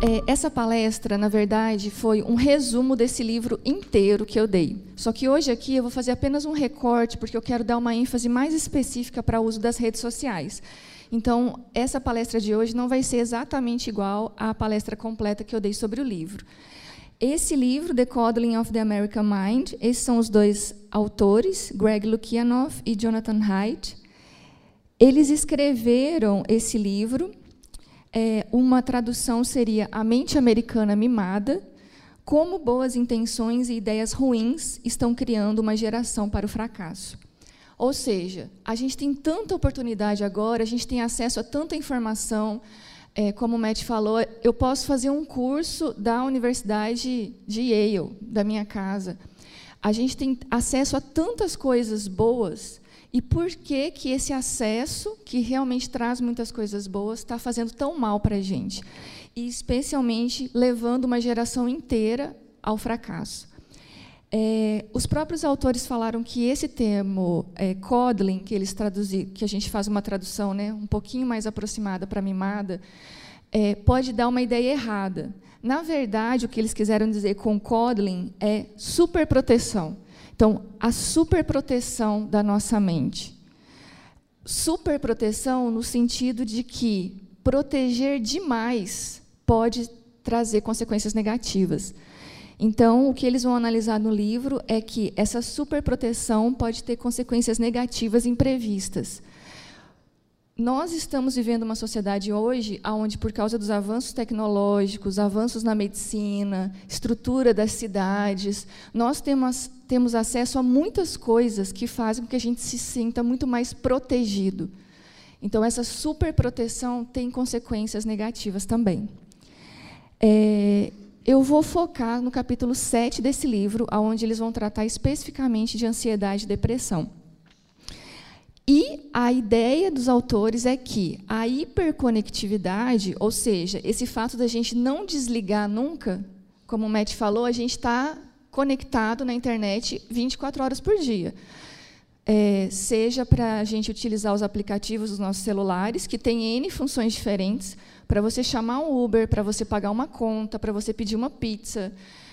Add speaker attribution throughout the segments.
Speaker 1: Essa palestra, na verdade, foi um resumo desse livro inteiro que eu dei. Só que hoje aqui eu vou fazer apenas um recorte, porque eu quero dar uma ênfase mais específica para o uso das redes sociais. Então, essa palestra de hoje não vai ser exatamente igual à palestra completa que eu dei sobre o livro. Esse livro, The Coddling of the American Mind, esses são os dois autores, Greg Lukianoff e Jonathan Haidt. Eles escreveram esse livro. Uma tradução seria A Mente Americana Mimada, como boas intenções e ideias ruins estão criando uma geração para o fracasso. Ou seja, a gente tem tanta oportunidade agora, a gente tem acesso a tanta informação, como o Matt falou, eu posso fazer um curso da Universidade de Yale, da minha casa. A gente tem acesso a tantas coisas boas. E por que que esse acesso, que realmente traz muitas coisas boas, está fazendo tão mal para a gente? E, especialmente, levando uma geração inteira ao fracasso. Os próprios autores falaram que esse termo, coddling, que eles traduziram, que a gente faz uma tradução, né, um pouquinho mais aproximada para mimada, pode dar uma ideia errada. Na verdade, o que eles quiseram dizer com coddling é superproteção. Então, a superproteção da nossa mente. Superproteção no sentido de que proteger demais pode trazer consequências negativas. Então, o que eles vão analisar no livro é que essa superproteção pode ter consequências negativas imprevistas. Nós estamos vivendo uma sociedade hoje onde, por causa dos avanços tecnológicos, avanços na medicina, estrutura das cidades, nós temos acesso a muitas coisas que fazem com que a gente se sinta muito mais protegido. Então, essa superproteção tem consequências negativas também. Eu vou focar no capítulo 7 desse livro, onde eles vão tratar especificamente de ansiedade e depressão. E a ideia dos autores é que a hiperconectividade, ou seja, esse fato da gente não desligar nunca, como o Matt falou, a gente está conectado na internet 24 horas por dia. Seja para a gente utilizar os aplicativos dos nossos celulares, que têm N funções diferentes, para você chamar um Uber, para você pagar uma conta, para você pedir uma pizza,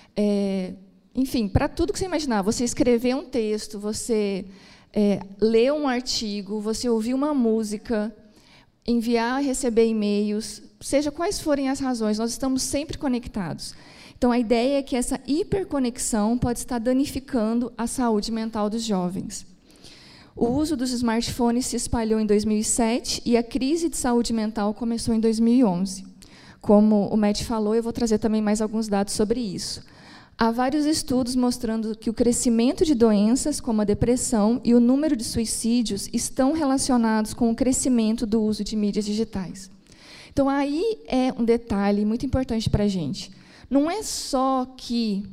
Speaker 1: enfim, para tudo que você imaginar. Você escrever um texto, você ler um artigo, você ouvir uma música, enviar e receber e-mails, seja quais forem as razões, nós estamos sempre conectados. Então, a ideia é que essa hiperconexão pode estar danificando a saúde mental dos jovens. O uso dos smartphones se espalhou em 2007 e a crise de saúde mental começou em 2011. Como o Matt falou, eu vou trazer também mais alguns dados sobre isso. Há vários estudos mostrando que o crescimento de doenças, como a depressão, e o número de suicídios estão relacionados com o crescimento do uso de mídias digitais. Então, aí é um detalhe muito importante para a gente. Não é só que,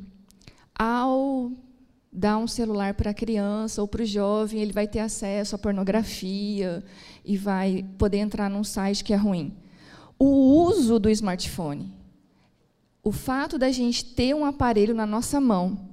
Speaker 1: ao dar um celular para a criança ou para o jovem, ele vai ter acesso à pornografia e vai poder entrar num site que é ruim. O uso do smartphone, o fato da gente ter um aparelho na nossa mão,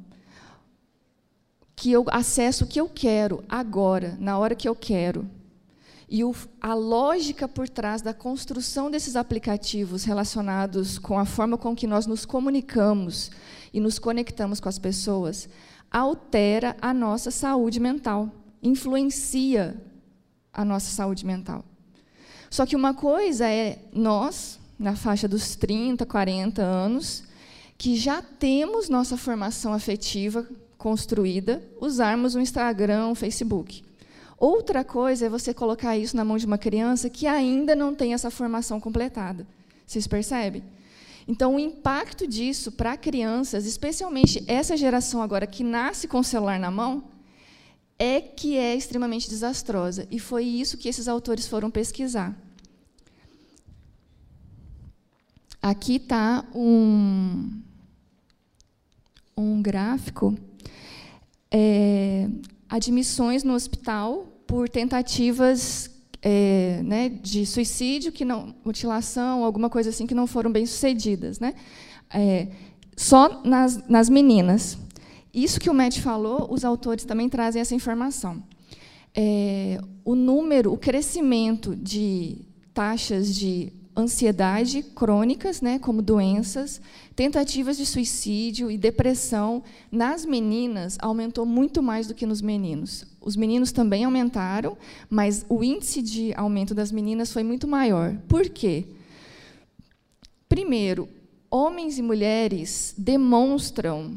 Speaker 1: que eu acesso o que eu quero agora, na hora que eu quero, e a lógica por trás da construção desses aplicativos relacionados com a forma com que nós nos comunicamos e nos conectamos com as pessoas, altera a nossa saúde mental, influencia a nossa saúde mental. Só que uma coisa é nós, na faixa dos 30, 40 anos, que já temos nossa formação afetiva construída, usarmos o Instagram, o Facebook. Outra coisa é você colocar isso na mão de uma criança que ainda não tem essa formação completada. Vocês percebem? Então, o impacto disso para crianças, especialmente essa geração agora que nasce com o celular na mão, é que é extremamente desastrosa. E foi isso que esses autores foram pesquisar. Aqui está um gráfico, admissões no hospital por tentativas de suicídio, mutilação, alguma coisa assim, que não foram bem-sucedidas. Né? Só nas meninas. Isso que o Matt falou, os autores também trazem essa informação. O crescimento de taxas de ansiedade crônicas, né, como doenças, tentativas de suicídio e depressão. Nas meninas, aumentou muito mais do que nos meninos. Os meninos também aumentaram, mas o índice de aumento das meninas foi muito maior. Por quê? Primeiro, homens e mulheres demonstram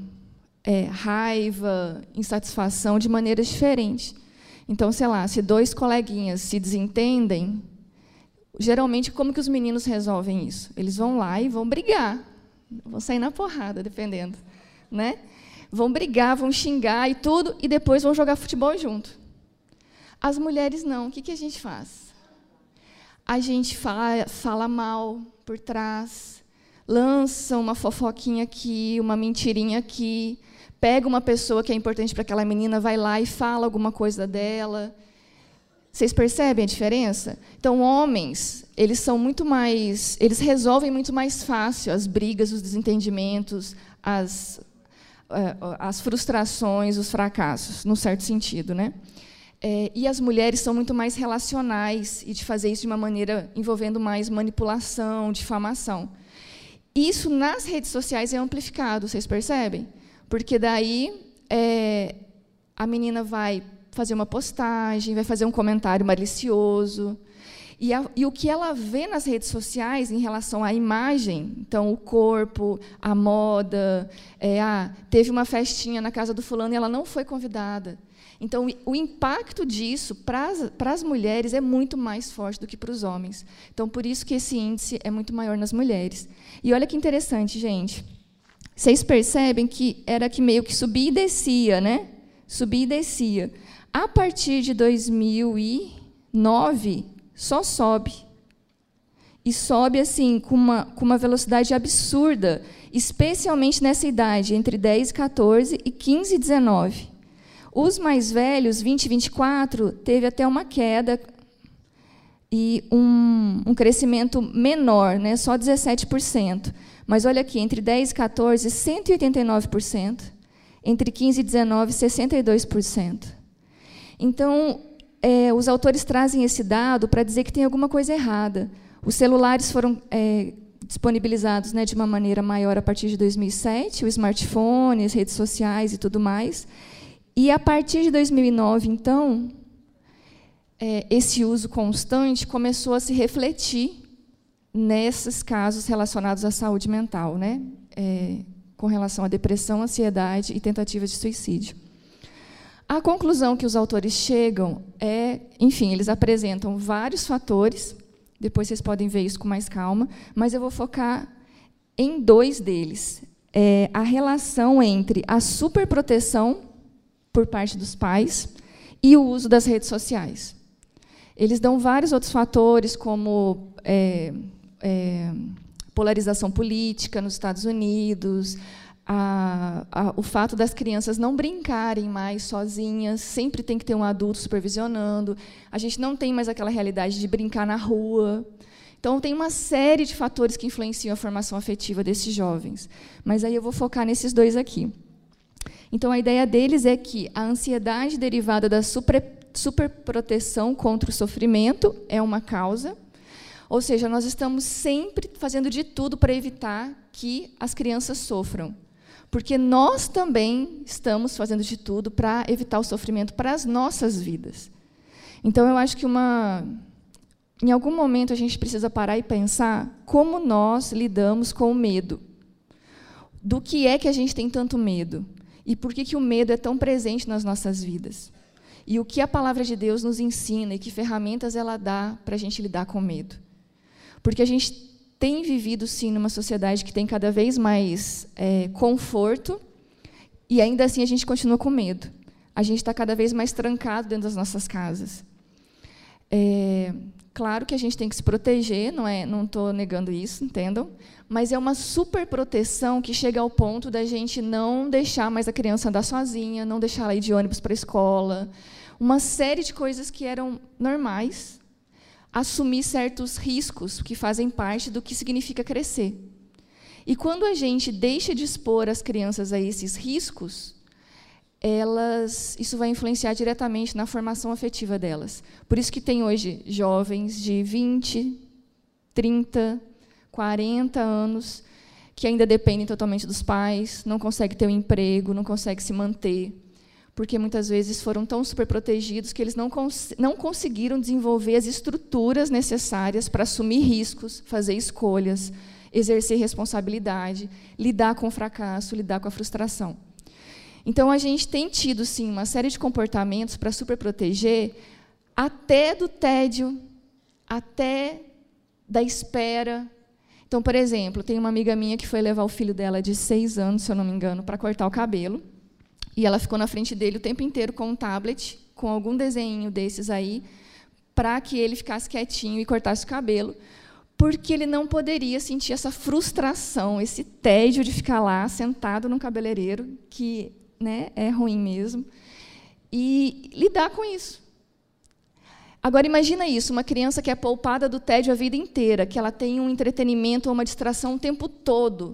Speaker 1: raiva, insatisfação de maneiras diferentes. Então, sei lá, se dois coleguinhas se desentendem, geralmente, como que os meninos resolvem isso? Eles vão lá e vão brigar. Vão sair na porrada, dependendo. Né? Vão brigar, vão xingar e tudo, e depois vão jogar futebol junto. As mulheres não. O que a gente faz? A gente fala mal por trás, lança uma fofoquinha aqui, uma mentirinha aqui, pega uma pessoa que é importante para aquela menina, vai lá e fala alguma coisa dela. Vocês percebem a diferença? Então, homens, eles resolvem muito mais fácil as brigas, os desentendimentos, as frustrações, os fracassos, num certo sentido, né? E as mulheres são muito mais relacionais e de fazer isso de uma maneira envolvendo mais manipulação, difamação. Isso nas redes sociais é amplificado, vocês percebem? Porque daí a menina vai fazer uma postagem, vai fazer um comentário malicioso. E o que ela vê nas redes sociais em relação à imagem, então, o corpo, a moda, teve uma festinha na casa do fulano e ela não foi convidada. Então, o impacto disso para as mulheres é muito mais forte do que para os homens. Então, por isso que esse índice é muito maior nas mulheres. E olha que interessante, gente. Vocês percebem que era que meio que subia e descia, né? Subia e descia. A partir de 2009, só sobe. E sobe assim, com uma velocidade absurda, especialmente nessa idade, entre 10 e 14 e 15 e 19. Os mais velhos, 20 e 24, teve até uma queda e um crescimento menor, né, só 17%. Mas olha aqui, entre 10 e 14, 189%. Entre 15 e 19, 62%. Então, os autores trazem esse dado para dizer que tem alguma coisa errada. Os celulares foram disponibilizados, né, de uma maneira maior a partir de 2007, o smartphone, as redes sociais e tudo mais. E, a partir de 2009, então, esse uso constante começou a se refletir nesses casos relacionados à saúde mental, né, com relação à depressão, ansiedade e tentativas de suicídio. A conclusão que os autores chegam enfim, eles apresentam vários fatores, depois vocês podem ver isso com mais calma, mas eu vou focar em 2 deles. A relação entre a superproteção por parte dos pais e o uso das redes sociais. Eles dão vários outros fatores, como polarização política nos Estados Unidos, o fato das crianças não brincarem mais sozinhas, sempre tem que ter um adulto supervisionando, a gente não tem mais aquela realidade de brincar na rua. Então, tem uma série de fatores que influenciam a formação afetiva desses jovens. Mas aí eu vou focar nesses 2 aqui. Então, a ideia deles é que a ansiedade derivada da superproteção contra o sofrimento é uma causa, ou seja, nós estamos sempre fazendo de tudo para evitar que as crianças sofram, porque nós também estamos fazendo de tudo para evitar o sofrimento para as nossas vidas. Então, eu acho que em algum momento a gente precisa parar e pensar como nós lidamos com o medo. Do que é que a gente tem tanto medo? E por que o medo é tão presente nas nossas vidas? E o que a palavra de Deus nos ensina e que ferramentas ela dá para a gente lidar com o medo? Porque a gente tem vivido, sim, numa sociedade que tem cada vez mais conforto e, ainda assim, a gente continua com medo. A gente está cada vez mais trancado dentro das nossas casas. Claro que a gente tem que se proteger, não estou negando isso, entendam? Mas é uma superproteção que chega ao ponto da gente não deixar mais a criança andar sozinha, não deixar ela ir de ônibus para a escola, uma série de coisas que eram normais, assumir certos riscos que fazem parte do que significa crescer. E quando a gente deixa de expor as crianças a esses riscos, isso vai influenciar diretamente na formação afetiva delas. Por isso que tem hoje jovens de 20, 30, 40 anos, que ainda dependem totalmente dos pais, não conseguem ter um emprego, não conseguem se manter, porque muitas vezes foram tão superprotegidos que eles não conseguiram desenvolver as estruturas necessárias para assumir riscos, fazer escolhas, exercer responsabilidade, lidar com o fracasso, lidar com a frustração. Então, a gente tem tido, sim, uma série de comportamentos para superproteger, até do tédio, até da espera. Então, por exemplo, tem uma amiga minha que foi levar o filho dela de 6 anos, se eu não me engano, para cortar o cabelo, e ela ficou na frente dele o tempo inteiro com um tablet, com algum desenho desses aí, para que ele ficasse quietinho e cortasse o cabelo, porque ele não poderia sentir essa frustração, esse tédio de ficar lá sentado num cabeleireiro, que, né, é ruim mesmo, e lidar com isso. Agora, imagina isso, uma criança que é poupada do tédio a vida inteira, que ela tem um entretenimento ou uma distração o tempo todo.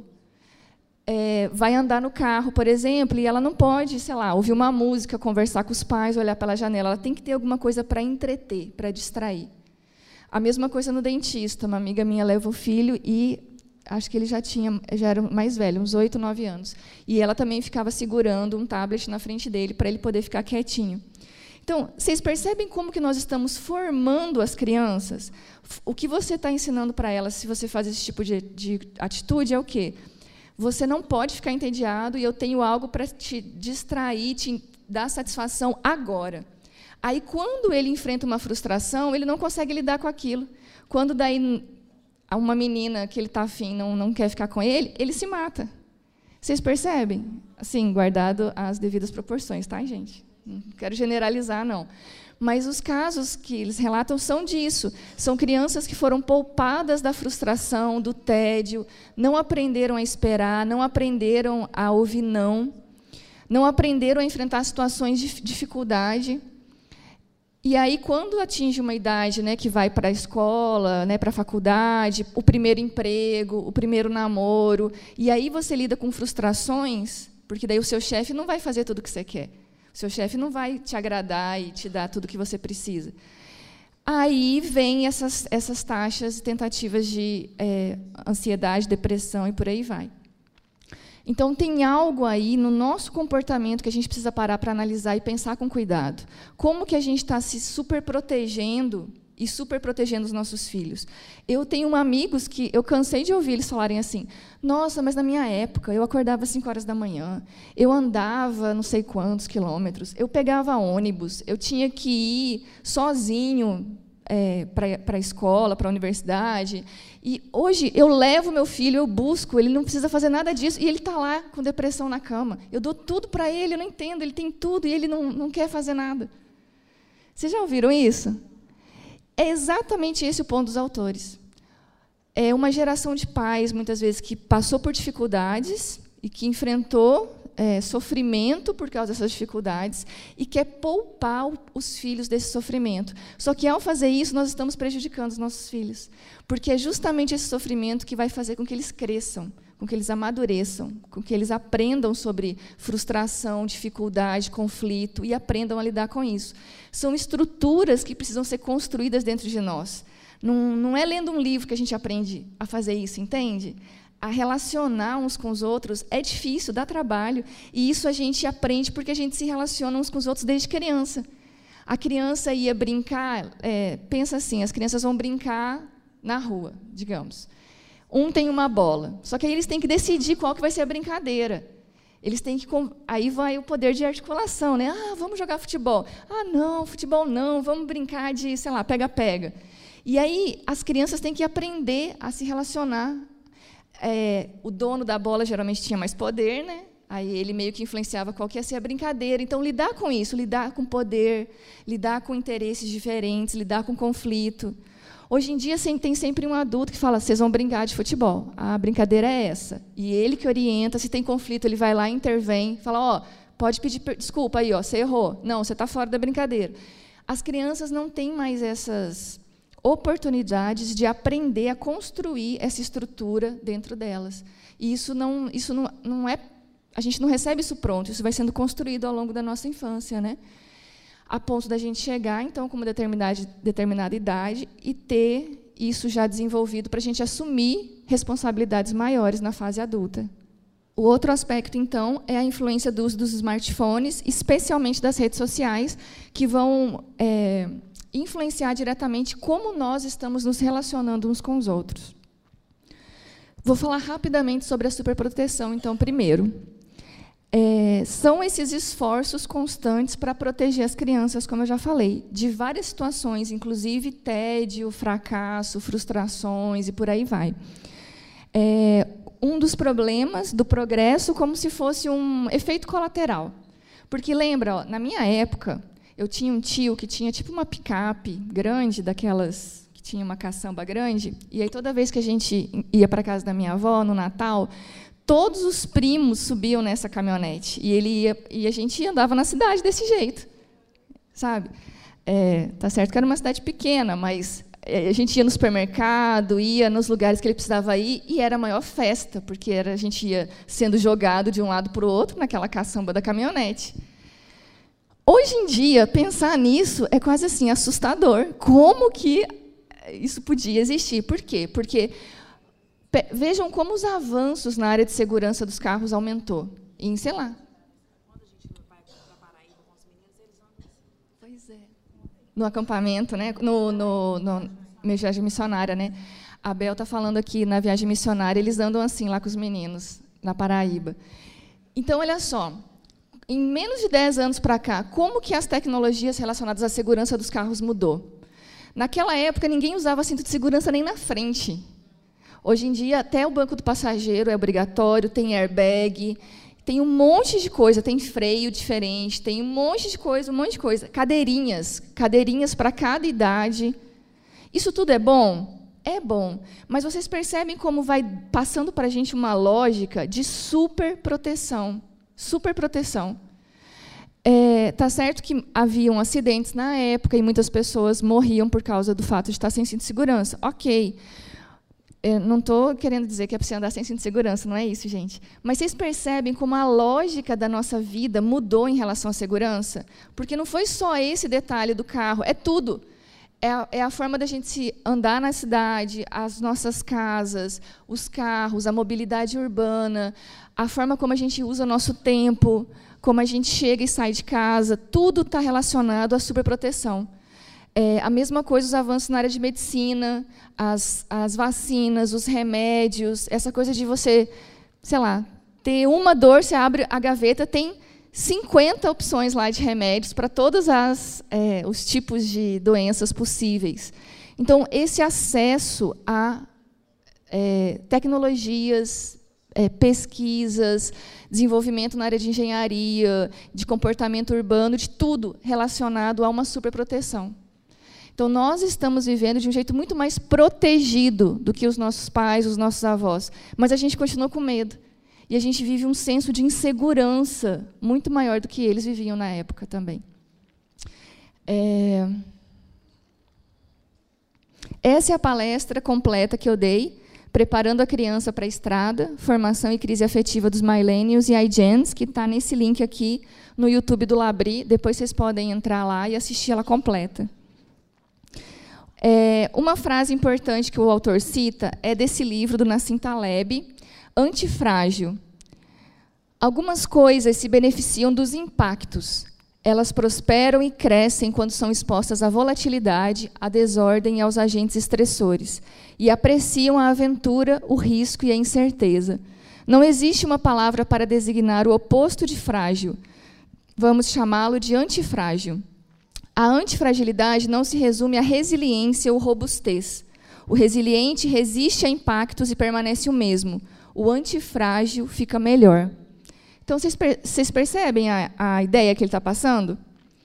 Speaker 1: Vai andar no carro, por exemplo, e ela não pode, sei lá, ouvir uma música, conversar com os pais, olhar pela janela. Ela tem que ter alguma coisa para entreter, para distrair. A mesma coisa no dentista. Uma amiga minha leva o filho e acho que ele já era mais velho, uns 8, 9 anos. E ela também ficava segurando um tablet na frente dele para ele poder ficar quietinho. Então, vocês percebem como que nós estamos formando as crianças? O que você está ensinando para elas, se você faz esse tipo de atitude, é o quê? Você não pode ficar entediado e eu tenho algo para te distrair, te dar satisfação agora. Aí, quando ele enfrenta uma frustração, ele não consegue lidar com aquilo. Quando daí uma menina que ele está afim não quer ficar com ele, ele se mata. Vocês percebem? Assim, guardado as devidas proporções, tá, gente? Não quero generalizar, não. Mas os casos que eles relatam são disso. São crianças que foram poupadas da frustração, do tédio, não aprenderam a esperar, não aprenderam a ouvir não aprenderam a enfrentar situações de dificuldade. E aí, quando atinge uma idade, né, que vai para a escola, né, para a faculdade, o primeiro emprego, o primeiro namoro, e aí você lida com frustrações, porque daí o seu chefe não vai fazer tudo o que você quer. O seu chefe não vai te agradar e te dar tudo o que você precisa. Aí vem essas taxas e tentativas de ansiedade, depressão e por aí vai. Então, tem algo aí no nosso comportamento que a gente precisa parar para analisar e pensar com cuidado. Como que a gente está se superprotegendo e superprotegendo os nossos filhos? Eu tenho amigos que eu cansei de ouvir eles falarem assim, nossa, mas na minha época eu acordava às 5 horas da manhã, eu andava não sei quantos quilômetros, eu pegava ônibus, eu tinha que ir sozinho para a escola, para a universidade. E hoje eu levo meu filho, eu busco, ele não precisa fazer nada disso, e ele está lá com depressão na cama. Eu dou tudo para ele, eu não entendo, ele tem tudo e ele não quer fazer nada. Vocês já ouviram isso? É exatamente esse o ponto dos autores. É uma geração de pais, muitas vezes, que passou por dificuldades e que enfrentou sofrimento por causa dessas dificuldades e quer poupar os filhos desse sofrimento. Só que, ao fazer isso, nós estamos prejudicando os nossos filhos, porque é justamente esse sofrimento que vai fazer com que eles cresçam, com que eles amadureçam, com que eles aprendam sobre frustração, dificuldade, conflito e aprendam a lidar com isso. São estruturas que precisam ser construídas dentro de nós. Não é lendo um livro que a gente aprende a fazer isso, entende? A relacionar uns com os outros é difícil, dá trabalho, e isso a gente aprende porque a gente se relaciona uns com os outros desde criança. A criança ia brincar, pensa assim, as crianças vão brincar na rua, digamos. Um tem uma bola, só que aí eles têm que decidir qual que vai ser a brincadeira. Eles têm que, aí vai o poder de articulação, né? Ah, vamos jogar futebol. Ah, não, futebol não, vamos brincar de, sei lá, pega-pega. E aí as crianças têm que aprender a se relacionar. O dono da bola geralmente tinha mais poder, né? Aí ele meio que influenciava qual que ia ser a brincadeira. Então, lidar com isso, lidar com poder, lidar com interesses diferentes, lidar com conflito. Hoje em dia, tem sempre um adulto que fala, vocês vão brincar de futebol. A brincadeira é essa. E ele que orienta, se tem conflito, ele vai lá, intervém, fala, pode pedir desculpa aí, você errou. Não, você está fora da brincadeira. As crianças não têm mais essas oportunidades de aprender a construir essa estrutura dentro delas. E isso não é... A gente não recebe isso pronto, isso vai sendo construído ao longo da nossa infância, né? A ponto da gente chegar, então, com uma determinada idade e ter isso já desenvolvido para a gente assumir responsabilidades maiores na fase adulta. O outro aspecto, então, é a influência do uso dos smartphones, especialmente das redes sociais, que vão influenciar diretamente como nós estamos nos relacionando uns com os outros. Vou falar rapidamente sobre a superproteção, então, primeiro. São esses esforços constantes para proteger as crianças, como eu já falei, de várias situações, inclusive tédio, fracasso, frustrações e por aí vai. Um dos problemas do progresso como se fosse um efeito colateral. Porque, lembra, na minha época, eu tinha um tio que tinha tipo uma picape grande, daquelas que tinha uma caçamba grande, e aí toda vez que a gente ia para a casa da minha avó, no Natal, todos os primos subiam nessa caminhonete, e a gente andava na cidade desse jeito, sabe? Tá certo que era uma cidade pequena, mas a gente ia no supermercado, ia nos lugares que ele precisava ir, e era a maior festa, porque a gente ia sendo jogado de um lado para o outro, naquela caçamba da caminhonete. Hoje em dia, pensar nisso é quase assim, assustador. Como que isso podia existir? Por quê? Porque vejam como os avanços na área de segurança dos carros aumentou. Em, sei lá. Quando a gente vai para Paraíba com os meninos, eles vão... Pois é. No acampamento, né? No viagem missionária, né? A Bel está falando aqui, na viagem missionária, eles andam assim lá com os meninos, na Paraíba. Então, olha só, em menos de 10 anos para cá, como que as tecnologias relacionadas à segurança dos carros mudou? Naquela época, ninguém usava cinto de segurança nem na frente. Hoje em dia, até o banco do passageiro é obrigatório, tem airbag, tem um monte de coisa, tem freio diferente, tem um monte de coisa. Cadeirinhas para cada idade. Isso tudo é bom? É bom. Mas vocês percebem como vai passando para a gente uma lógica de superproteção. Superproteção. Tá certo que haviam acidentes na época e muitas pessoas morriam por causa do fato de estar sem cinto de segurança. Ok. Não estou querendo dizer que é preciso andar sem cinto de segurança, não é isso, gente. Mas vocês percebem como a lógica da nossa vida mudou em relação à segurança? Porque não foi só esse detalhe do carro, é tudo. É a forma da gente andar na cidade, as nossas casas, os carros, a mobilidade urbana, a forma como a gente usa o nosso tempo, como a gente chega e sai de casa, tudo está relacionado à superproteção. A mesma coisa os avanços na área de medicina, as vacinas, os remédios, essa coisa de você, sei lá, ter uma dor, você abre a gaveta, tem 50 opções lá de remédios para todos os tipos de doenças possíveis. Então, esse acesso a tecnologias, pesquisas, desenvolvimento na área de engenharia, de comportamento urbano, de tudo relacionado a uma superproteção. Então, nós estamos vivendo de um jeito muito mais protegido do que os nossos pais, os nossos avós. Mas a gente continua com medo. E a gente vive um senso de insegurança muito maior do que eles viviam na época também. Essa é a palestra completa que eu dei, Preparando a Criança para a Estrada, Formação e Crise Afetiva dos Millennials e iGens, que está nesse link aqui no YouTube do Labri. Depois vocês podem entrar lá e assistir ela completa. Uma frase importante que o autor cita é desse livro do Nassim Taleb, Antifrágil. Algumas coisas se beneficiam dos impactos. Elas prosperam e crescem quando são expostas à volatilidade, à desordem e aos agentes estressores, e apreciam a aventura, o risco e a incerteza. Não existe uma palavra para designar o oposto de frágil. Vamos chamá-lo de antifrágil. A antifragilidade não se resume à resiliência ou robustez. O resiliente resiste a impactos e permanece o mesmo. O antifrágil fica melhor. Então, vocês percebem a ideia que ele está passando?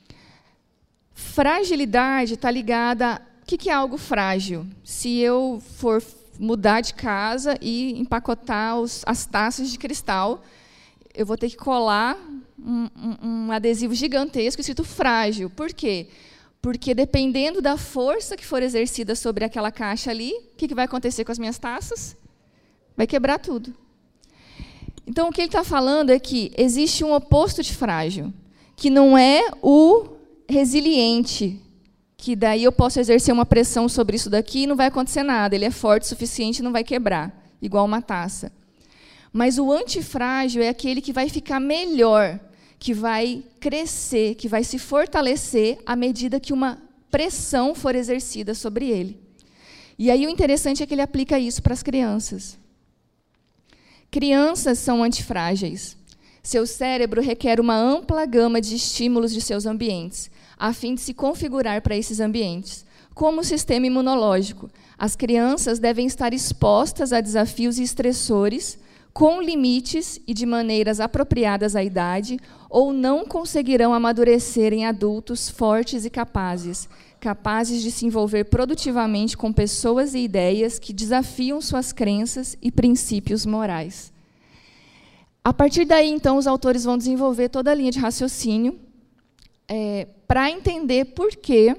Speaker 1: Fragilidade está ligada a... O que é algo frágil? Se eu for mudar de casa e empacotar as taças de cristal, eu vou ter que colar um adesivo gigantesco escrito frágil. Por quê? Porque, dependendo da força que for exercida sobre aquela caixa ali, o que vai acontecer com as minhas taças? Vai quebrar tudo. Então, o que ele está falando é que existe um oposto de frágil, que não é o resiliente, que daí eu posso exercer uma pressão sobre isso daqui e não vai acontecer nada. Ele é forte o suficiente e não vai quebrar, igual uma taça. Mas o antifrágil é aquele que vai ficar melhor, que vai crescer, que vai se fortalecer à medida que uma pressão for exercida sobre ele. E aí o interessante é que ele aplica isso para as crianças. Crianças são antifrágeis. Seu cérebro requer uma ampla gama de estímulos de seus ambientes, a fim de se configurar para esses ambientes. Como o sistema imunológico, as crianças devem estar expostas a desafios e estressores, com limites e de maneiras apropriadas à idade, ou não conseguirão amadurecer em adultos fortes e capazes de se envolver produtivamente com pessoas e ideias que desafiam suas crenças e princípios morais. A partir daí, então, os autores vão desenvolver toda a linha de raciocínio para entender por que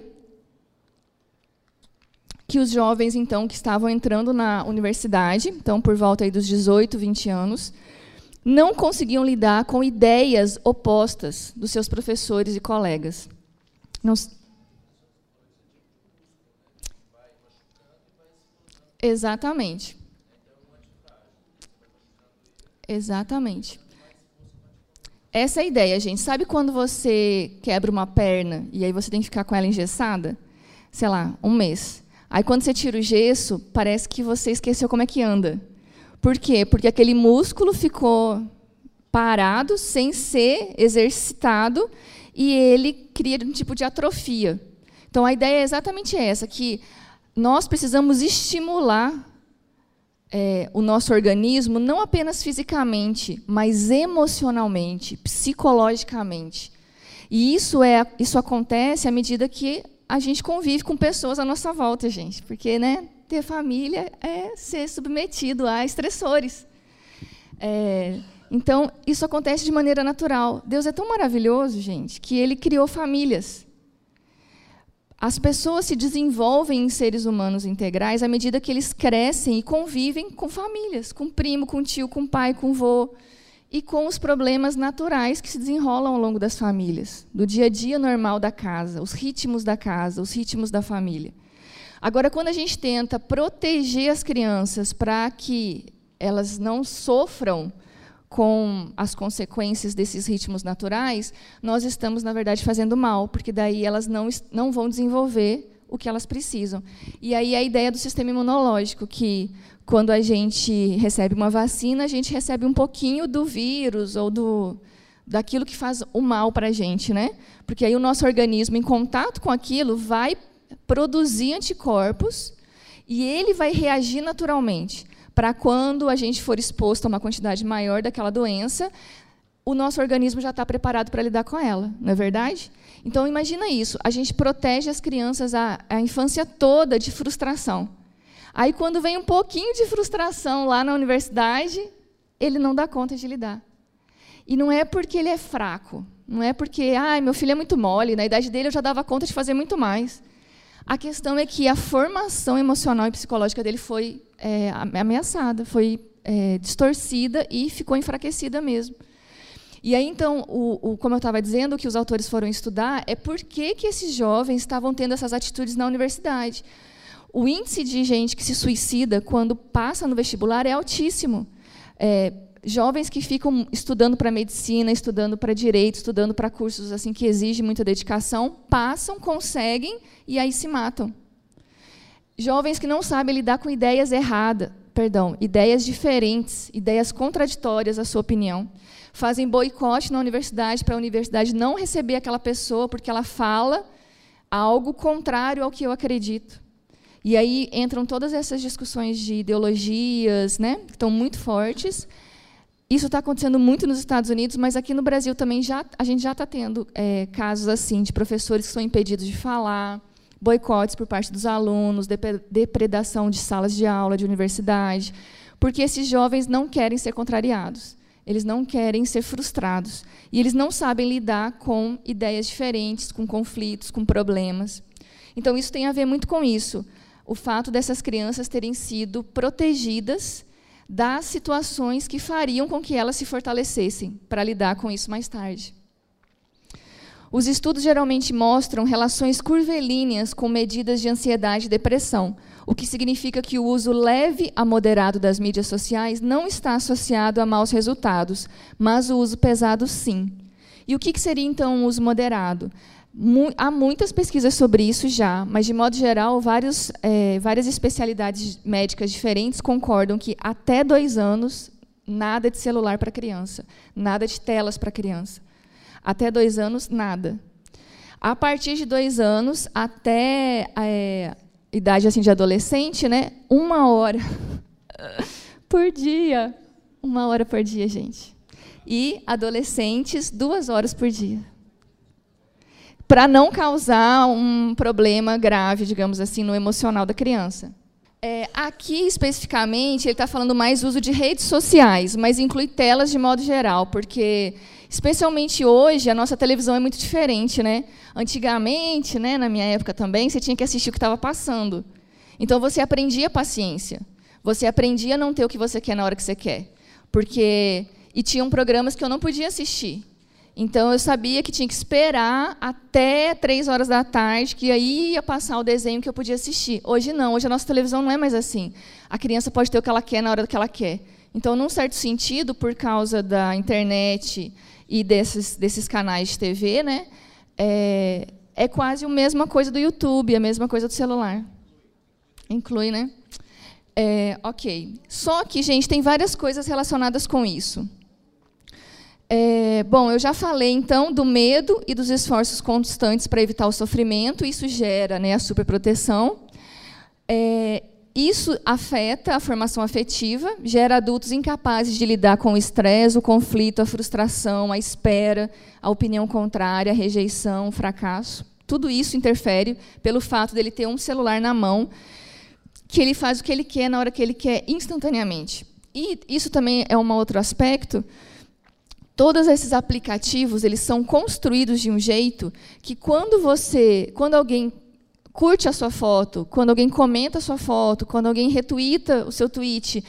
Speaker 1: os jovens, então, que estavam entrando na universidade, então, por volta aí dos 18, 20 anos, não conseguiam lidar com ideias opostas dos seus professores e colegas. Não... Exatamente. Exatamente. Essa é a ideia, gente. Sabe quando você quebra uma perna e aí você tem que ficar com ela engessada? Sei lá, um mês. Aí, quando você tira o gesso, parece que você esqueceu como é que anda. Por quê? Porque aquele músculo ficou parado, sem ser exercitado, e ele cria um tipo de atrofia. Então, a ideia é exatamente essa, que nós precisamos estimular o nosso organismo, não apenas fisicamente, mas emocionalmente, psicologicamente. E isso acontece à medida que a gente convive com pessoas à nossa volta, gente. Porque, né, ter família é ser submetido a estressores. Então, isso acontece de maneira natural. Deus é tão maravilhoso, gente, que Ele criou famílias. As pessoas se desenvolvem em seres humanos integrais à medida que eles crescem e convivem com famílias, com primo, com tio, com pai, com vô, e com os problemas naturais que se desenrolam ao longo das famílias, do dia a dia normal da casa, os ritmos da casa, os ritmos da família. Agora, quando a gente tenta proteger as crianças para que elas não sofram com as consequências desses ritmos naturais, nós estamos, na verdade, fazendo mal, porque daí elas não vão desenvolver o que elas precisam. E aí a ideia do sistema imunológico, que quando a gente recebe uma vacina, a gente recebe um pouquinho do vírus ou daquilo que faz o mal para a gente, né? Porque aí o nosso organismo, em contato com aquilo, vai produzir anticorpos e ele vai reagir naturalmente, para quando a gente for exposto a uma quantidade maior daquela doença, o nosso organismo já está preparado para lidar com ela, não é verdade? Então, imagina isso, a gente protege as crianças a infância toda de frustração. Aí, quando vem um pouquinho de frustração lá na universidade, ele não dá conta de lidar. E não é porque ele é fraco, não é porque, meu filho é muito mole, na idade dele eu já dava conta de fazer muito mais. A questão é que a formação emocional e psicológica dele foi ameaçada, foi distorcida e ficou enfraquecida mesmo. E aí, então, como eu estava dizendo, o que os autores foram estudar é por que esses jovens estavam tendo essas atitudes na universidade. O índice de gente que se suicida quando passa no vestibular é altíssimo. Jovens que ficam estudando para medicina, estudando para direito, estudando para cursos assim que exigem muita dedicação, passam, conseguem e aí se matam. Jovens que não sabem lidar com ideias ideias diferentes, ideias contraditórias à sua opinião, fazem boicote na universidade para a universidade não receber aquela pessoa porque ela fala algo contrário ao que eu acredito. E aí entram todas essas discussões de ideologias, né, que estão muito fortes. Isso está acontecendo muito nos Estados Unidos, mas aqui no Brasil também a gente já está tendo casos assim de professores que são impedidos de falar, boicotes por parte dos alunos, depredação de salas de aula de universidade, porque esses jovens não querem ser contrariados, eles não querem ser frustrados, e eles não sabem lidar com ideias diferentes, com conflitos, com problemas. Então, isso tem a ver muito com isso, o fato dessas crianças terem sido protegidas das situações que fariam com que elas se fortalecessem para lidar com isso mais tarde. Os estudos geralmente mostram relações curvilíneas com medidas de ansiedade e depressão, o que significa que o uso leve a moderado das mídias sociais não está associado a maus resultados, mas o uso pesado, sim. E o que seria, então, um uso moderado? Há muitas pesquisas sobre isso já, mas, de modo geral, várias especialidades médicas diferentes concordam que até 2 anos, nada de celular para criança, nada de telas para criança. Até 2 anos, nada. A partir de 2 anos, até a idade assim, de adolescente, né, 1 hora por dia. 1 hora por dia, gente. E adolescentes, 2 horas por dia. Para não causar um problema grave, digamos assim, no emocional da criança. Aqui, especificamente, ele está falando mais uso de redes sociais, mas inclui telas de modo geral, porque, especialmente hoje, a nossa televisão é muito diferente, né? Antigamente, né, na minha época também, você tinha que assistir o que estava passando. Então, você aprendia paciência. Você aprendia a não ter o que você quer na hora que você quer. E tinham programas que eu não podia assistir. Então, eu sabia que tinha que esperar até 3 horas da tarde, que aí ia passar o desenho que eu podia assistir. Hoje não, hoje a nossa televisão não é mais assim. A criança pode ter o que ela quer na hora que ela quer. Então, num certo sentido, por causa da internet e desses canais de TV, né, é quase a mesma coisa do YouTube, a mesma coisa do celular. Inclui, né? Ok. Só que, gente, tem várias coisas relacionadas com isso. Bom, eu já falei, então, do medo e dos esforços constantes para evitar o sofrimento. Isso gera, né, a superproteção. Isso afeta a formação afetiva, gera adultos incapazes de lidar com o estresse, o conflito, a frustração, a espera, a opinião contrária, a rejeição, o fracasso. Tudo isso interfere pelo fato dele ter um celular na mão, que ele faz o que ele quer na hora que ele quer, instantaneamente. E isso também é um outro aspecto. Todos esses aplicativos, eles são construídos de um jeito que quando alguém curte a sua foto, quando alguém comenta a sua foto, quando alguém retuita o seu tweet,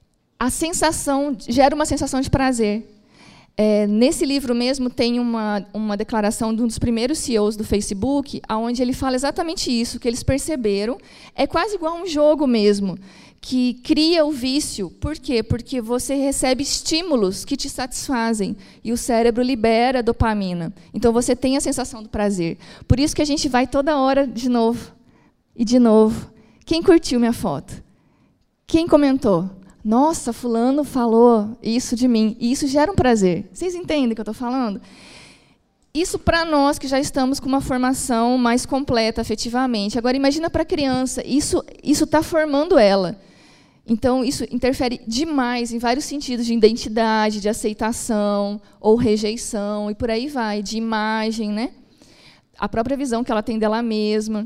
Speaker 1: gera uma sensação de prazer. Nesse livro mesmo tem uma declaração de um dos primeiros CEOs do Facebook, onde ele fala exatamente isso, que eles perceberam. É quase igual a um jogo mesmo, que cria o vício. Por quê? Porque você recebe estímulos que te satisfazem e o cérebro libera dopamina. Então, você tem a sensação do prazer. Por isso que a gente vai toda hora de novo e de novo. Quem curtiu minha foto? Quem comentou? Nossa, fulano falou isso de mim. E isso gera um prazer. Vocês entendem o que eu estou falando? Isso para nós que já estamos com uma formação mais completa afetivamente. Agora, imagina para a criança. Isso está formando ela. Então, isso interfere demais em vários sentidos de identidade, de aceitação ou rejeição, e por aí vai, de imagem, né? A própria visão que ela tem dela mesma.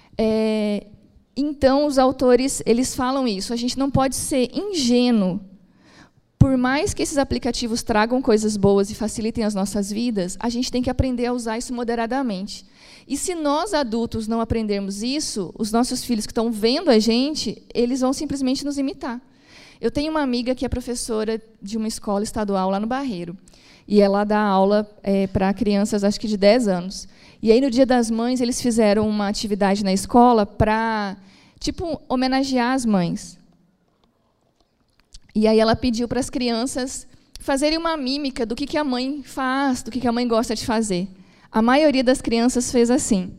Speaker 1: Então, os autores eles falam isso. A gente não pode ser ingênuo. Por mais que esses aplicativos tragam coisas boas e facilitem as nossas vidas, a gente tem que aprender a usar isso moderadamente. E se nós, adultos, não aprendermos isso, os nossos filhos que estão vendo a gente, eles vão simplesmente nos imitar. Eu tenho uma amiga que é professora de uma escola estadual lá no Barreiro. E ela dá aula para crianças, acho que de 10 anos. E aí, no Dia das Mães, eles fizeram uma atividade na escola para, tipo, homenagear as mães. E aí ela pediu para as crianças fazerem uma mímica do que a mãe faz, do que a mãe gosta de fazer. A maioria das crianças fez assim.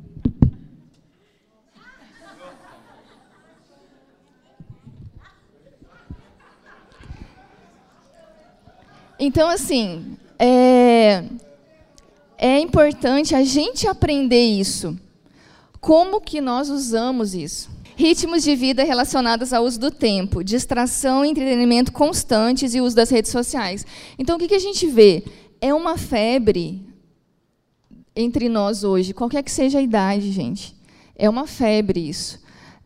Speaker 1: Então, assim, é importante a gente aprender isso. Como que nós usamos isso? Ritmos de vida relacionados ao uso do tempo, distração e entretenimento constantes e uso das redes sociais. Então, o que a gente vê? É uma febre entre nós hoje, qualquer que seja a idade, gente. É uma febre isso.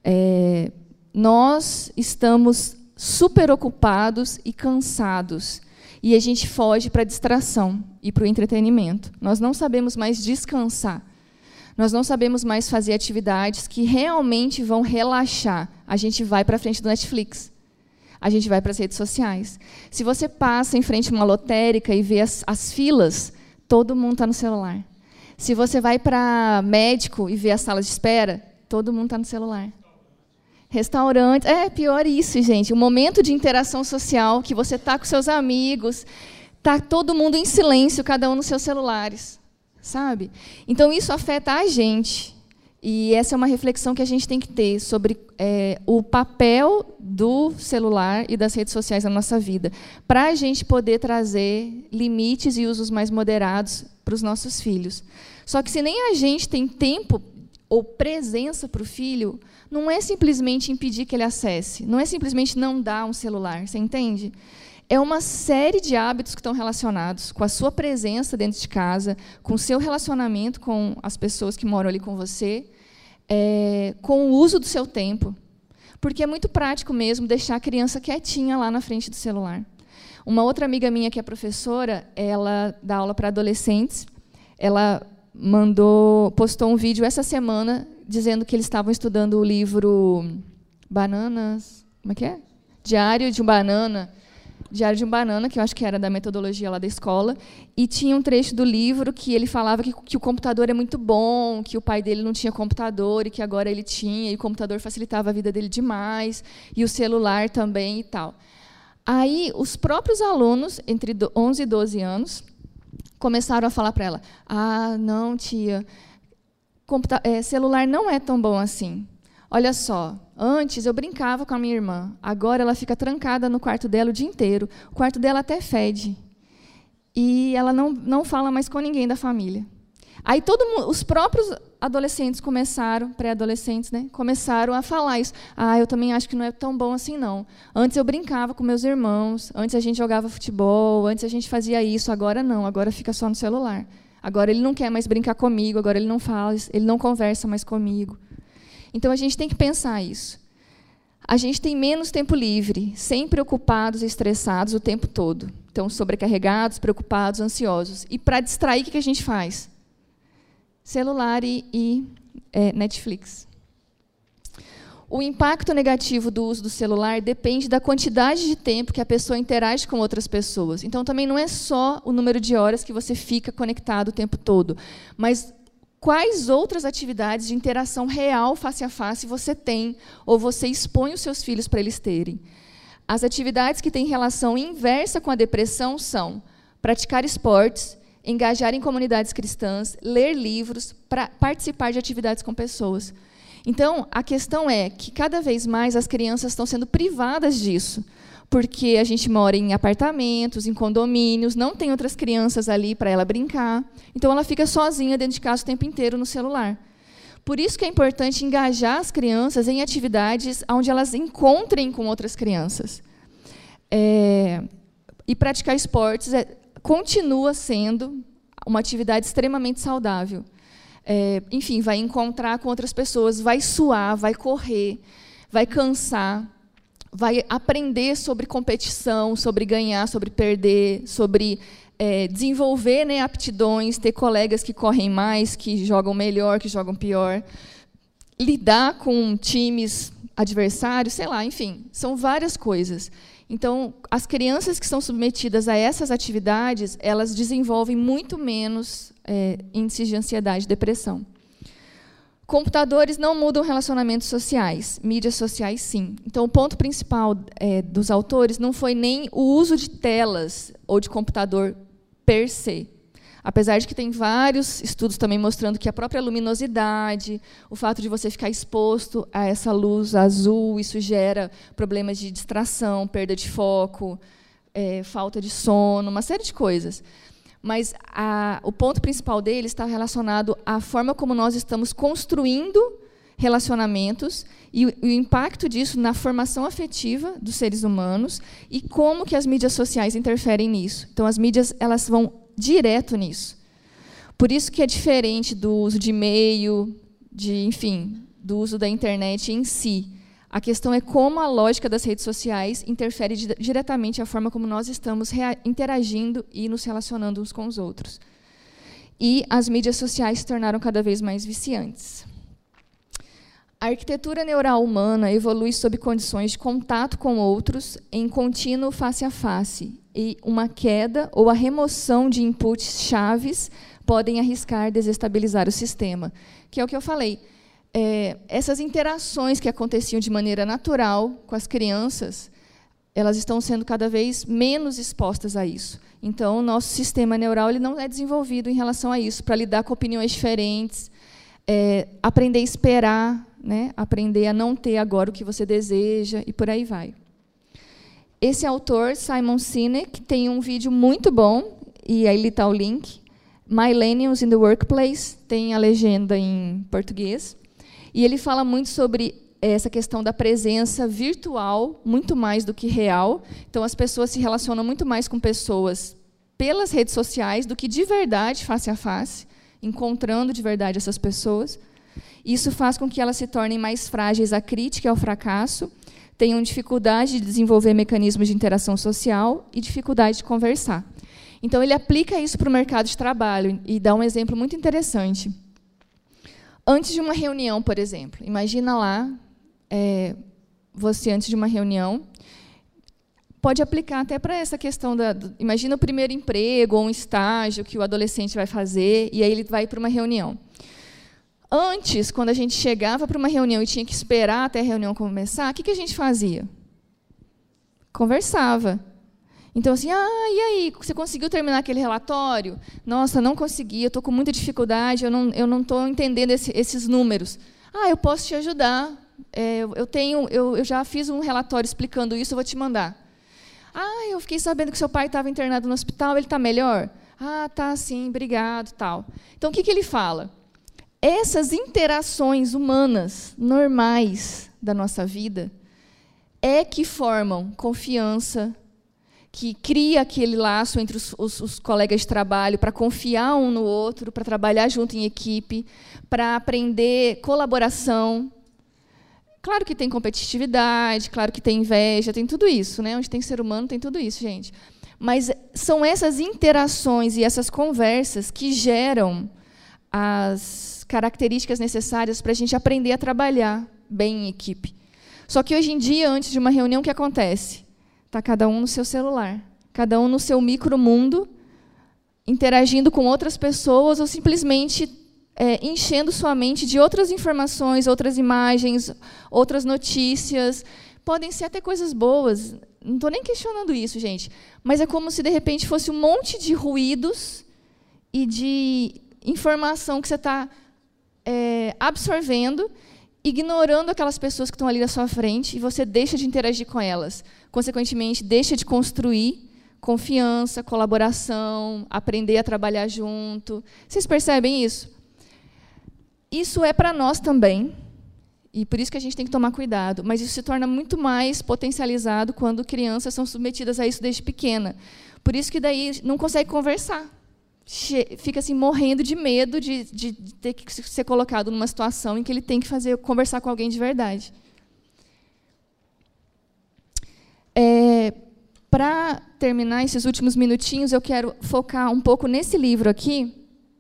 Speaker 1: Nós estamos super ocupados e cansados. E a gente foge para a distração e para o entretenimento. Nós não sabemos mais descansar. Nós não sabemos mais fazer atividades que realmente vão relaxar. A gente vai para frente do Netflix. A gente vai para as redes sociais. Se você passa em frente a uma lotérica e vê as filas, todo mundo está no celular. Se você vai para médico e vê as salas de espera, todo mundo está no celular. Restaurante, pior isso, gente. O momento de interação social, que você está com seus amigos, está todo mundo em silêncio, cada um nos seus celulares, sabe? Então, isso afeta a gente. E essa é uma reflexão que a gente tem que ter sobre o papel do celular e das redes sociais na nossa vida, para a gente poder trazer limites e usos mais moderados para os nossos filhos. Só que se nem a gente tem tempo ou presença para o filho, não é simplesmente impedir que ele acesse, não é simplesmente não dar um celular, você entende? É uma série de hábitos que estão relacionados com a sua presença dentro de casa, com o seu relacionamento com as pessoas que moram ali com você, com o uso do seu tempo. Porque é muito prático mesmo deixar a criança quietinha lá na frente do celular. Uma outra amiga minha que é professora, ela dá aula para adolescentes, ela postou um vídeo essa semana dizendo que eles estavam estudando o livro Bananas, como é que é? Diário de um Banana, que eu acho que era da metodologia lá da escola, e tinha um trecho do livro que ele falava que o computador é muito bom, que o pai dele não tinha computador e que agora ele tinha, e o computador facilitava a vida dele demais, e o celular também e tal. Aí, os próprios alunos, entre 11 e 12 anos, começaram a falar para ela, não, tia, celular não é tão bom assim. Olha só, antes eu brincava com a minha irmã, agora ela fica trancada no quarto dela o dia inteiro. O quarto dela até fede. E ela não fala mais com ninguém da família. Aí os próprios adolescentes pré-adolescentes, né, começaram a falar isso. Eu também acho que não é tão bom assim, não. Antes eu brincava com meus irmãos, antes a gente jogava futebol, antes a gente fazia isso, agora não, agora fica só no celular. Agora ele não quer mais brincar comigo, agora ele não fala, ele não conversa mais comigo. Então, a gente tem que pensar isso. A gente tem menos tempo livre, sempre ocupados e estressados o tempo todo. Então, sobrecarregados, preocupados, ansiosos. E, para distrair, o que a gente faz? Celular e Netflix. O impacto negativo do uso do celular depende da quantidade de tempo que a pessoa interage com outras pessoas. Então, também não é só o número de horas que você fica conectado o tempo todo, mas quais outras atividades de interação real, face a face, você tem ou você expõe os seus filhos para eles terem. As atividades que têm relação inversa com a depressão são praticar esportes, engajar em comunidades cristãs, ler livros, participar de atividades com pessoas. Então, a questão é que, cada vez mais, as crianças estão sendo privadas disso, porque a gente mora em apartamentos, em condomínios, não tem outras crianças ali para ela brincar. Então, ela fica sozinha dentro de casa o tempo inteiro no celular. Por isso que é importante engajar as crianças em atividades onde elas encontrem com outras crianças. E praticar esportes continua sendo uma atividade extremamente saudável. Enfim, vai encontrar com outras pessoas, vai suar, vai correr, vai cansar, vai aprender sobre competição, sobre ganhar, sobre perder, sobre desenvolver, né, aptidões, ter colegas que correm mais, que jogam melhor, que jogam pior, lidar com times adversários, sei lá, enfim, são várias coisas. Então, as crianças que são submetidas a essas atividades, elas desenvolvem muito menos índices de ansiedade e depressão. Computadores não mudam relacionamentos sociais, mídias sociais, sim. Então, o ponto principal dos autores não foi nem o uso de telas ou de computador per se. Apesar de que tem vários estudos também mostrando que a própria luminosidade, o fato de você ficar exposto a essa luz azul, isso gera problemas de distração, perda de foco, falta de sono, uma série de coisas. Mas o ponto principal dele está relacionado à forma como nós estamos construindo relacionamentos e o impacto disso na formação afetiva dos seres humanos e como que as mídias sociais interferem nisso. Então, as mídias elas vão direto nisso. Por isso que é diferente do uso de e-mail, enfim, do uso da internet em si. A questão é como a lógica das redes sociais interfere diretamente a forma como nós estamos interagindo e nos relacionando uns com os outros. E as mídias sociais se tornaram cada vez mais viciantes. A arquitetura neural humana evolui sob condições de contato com outros em contínuo face a face e uma queda ou a remoção de inputs chaves podem arriscar desestabilizar o sistema. Que é o que eu falei. Essas interações que aconteciam de maneira natural com as crianças, elas estão sendo cada vez menos expostas a isso. Então, o nosso sistema neural ele não é desenvolvido em relação a isso, para lidar com opiniões diferentes, aprender a esperar, né? Aprender a não ter agora o que você deseja, e por aí vai. Esse autor, Simon Sinek, tem um vídeo muito bom, e aí está o link, Millennials in the Workplace, tem a legenda em português, e ele fala muito sobre essa questão da presença virtual, muito mais do que real. Então, as pessoas se relacionam muito mais com pessoas pelas redes sociais do que de verdade, face a face, encontrando de verdade essas pessoas. Isso faz com que elas se tornem mais frágeis à crítica e ao fracasso, tenham dificuldade de desenvolver mecanismos de interação social e dificuldade de conversar. Então, ele aplica isso para o mercado de trabalho e dá um exemplo muito interessante. Antes de uma reunião, por exemplo, imagina lá, você antes de uma reunião, pode aplicar até para essa questão imagina o primeiro emprego ou um estágio que o adolescente vai fazer, e aí ele vai para uma reunião. Antes, quando a gente chegava para uma reunião e tinha que esperar até a reunião começar, o que a gente fazia? Conversava. Então, assim, e aí, você conseguiu terminar aquele relatório? Nossa, não consegui, eu estou com muita dificuldade, eu não estou entendendo esses números. Eu posso te ajudar. Eu já fiz um relatório explicando isso, eu vou te mandar. Eu fiquei sabendo que seu pai estava internado no hospital, ele está melhor? Tá, sim, obrigado, tal. Então, o que ele fala? Essas interações humanas, normais da nossa vida, que formam confiança, que cria aquele laço entre os colegas de trabalho para confiar um no outro, para trabalhar junto em equipe, para aprender colaboração. Claro que tem competitividade, claro que tem inveja, tem tudo isso, né? Onde tem ser humano, tem tudo isso, gente. Mas são essas interações e essas conversas que geram as características necessárias para a gente aprender a trabalhar bem em equipe. Só que, hoje em dia, antes de uma reunião, o que acontece? Está cada um no seu celular, cada um no seu micromundo, interagindo com outras pessoas ou simplesmente enchendo sua mente de outras informações, outras imagens, outras notícias. Podem ser até coisas boas, não estou nem questionando isso, gente, mas é como se, de repente, fosse um monte de ruídos e de informação que você está absorvendo, ignorando aquelas pessoas que estão ali na sua frente, e você deixa de interagir com elas. Consequentemente, deixa de construir confiança, colaboração, aprender a trabalhar junto. Vocês percebem isso? Isso é para nós também, e por isso que a gente tem que tomar cuidado, mas isso se torna muito mais potencializado quando crianças são submetidas a isso desde pequena. Por isso que daí não consegue conversar. Fica assim, morrendo de medo de ter que ser colocado numa situação em que ele tem que conversar com alguém de verdade. Para terminar esses últimos minutinhos, eu quero focar um pouco nesse livro aqui.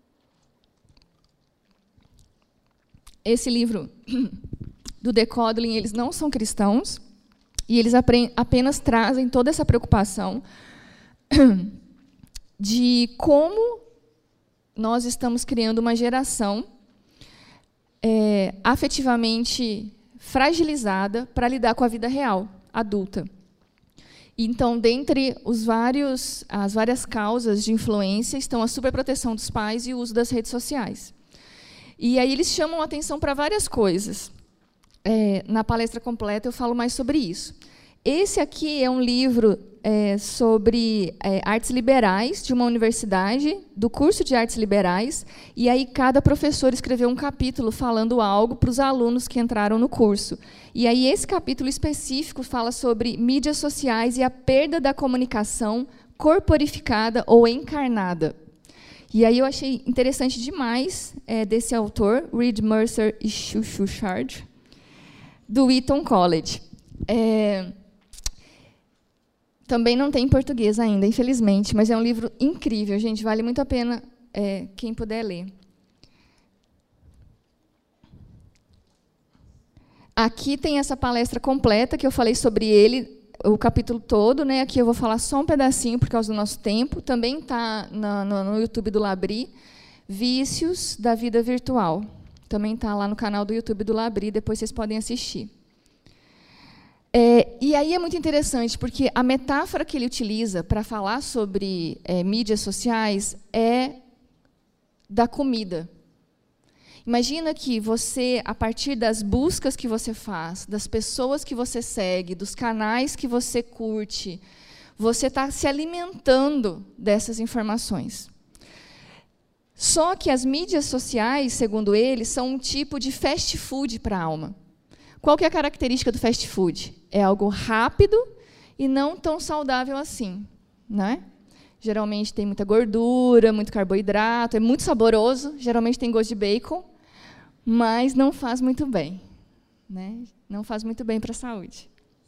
Speaker 1: Esse livro do Decodling, eles não são cristãos, e eles apenas trazem toda essa preocupação de como nós estamos criando uma geração afetivamente fragilizada para lidar com a vida real, adulta. Então, dentre as várias causas de influência, estão a superproteção dos pais e o uso das redes sociais. E aí eles chamam a atenção para várias coisas. Na palestra completa eu falo mais sobre isso. Esse aqui é um livro sobre artes liberais de uma universidade, do curso de artes liberais, e aí cada professor escreveu um capítulo falando algo para os alunos que entraram no curso. E aí esse capítulo específico fala sobre mídias sociais e a perda da comunicação corporificada ou encarnada. E aí eu achei interessante demais desse autor, Reed Mercer e Shushard, do Eton College. Também não tem em português ainda, infelizmente, mas é um livro incrível, gente, vale muito a pena quem puder ler. Aqui tem essa palestra completa que eu falei sobre ele. o capítulo todo, né? Aqui eu vou falar só um pedacinho por causa do nosso tempo. Também está no YouTube do Labri, Vícios da Vida Virtual. Também está lá no canal do YouTube do Labri, depois vocês podem assistir. E aí é muito interessante, porque a metáfora que ele utiliza para falar sobre mídias sociais é da comida. Imagina que você, a partir das buscas que você faz, das pessoas que você segue, dos canais que você curte, você está se alimentando dessas informações. Só que as mídias sociais, segundo ele, são um tipo de fast food para a alma. Qual que é a característica do fast food? É algo rápido e não tão saudável assim, né? Geralmente tem muita gordura, muito carboidrato, é muito saboroso, geralmente tem gosto de bacon, mas não faz muito bem, né? Não faz muito bem para a saúde.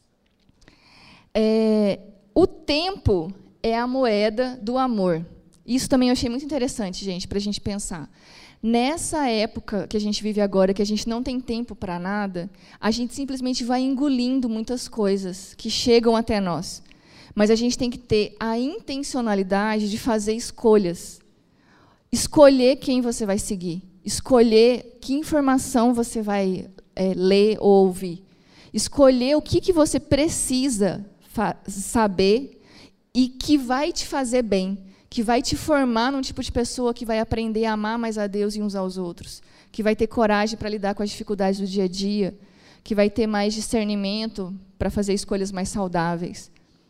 Speaker 1: O tempo é a moeda do amor. Isso também eu achei muito interessante, gente, para a gente pensar. Nessa época que a gente vive agora, que a gente não tem tempo para nada, a gente simplesmente vai engolindo muitas coisas que chegam até nós. Mas a gente tem que ter a intencionalidade de fazer escolhas. Escolher quem você vai seguir. Escolher que informação você vai ler ou ouvir. Escolher o que você precisa saber e que vai te fazer bem, que vai te formar num tipo de pessoa que vai aprender a amar mais a Deus e uns aos outros, que vai ter coragem para lidar com as dificuldades do dia a dia, que vai ter mais discernimento para fazer escolhas mais saudáveis.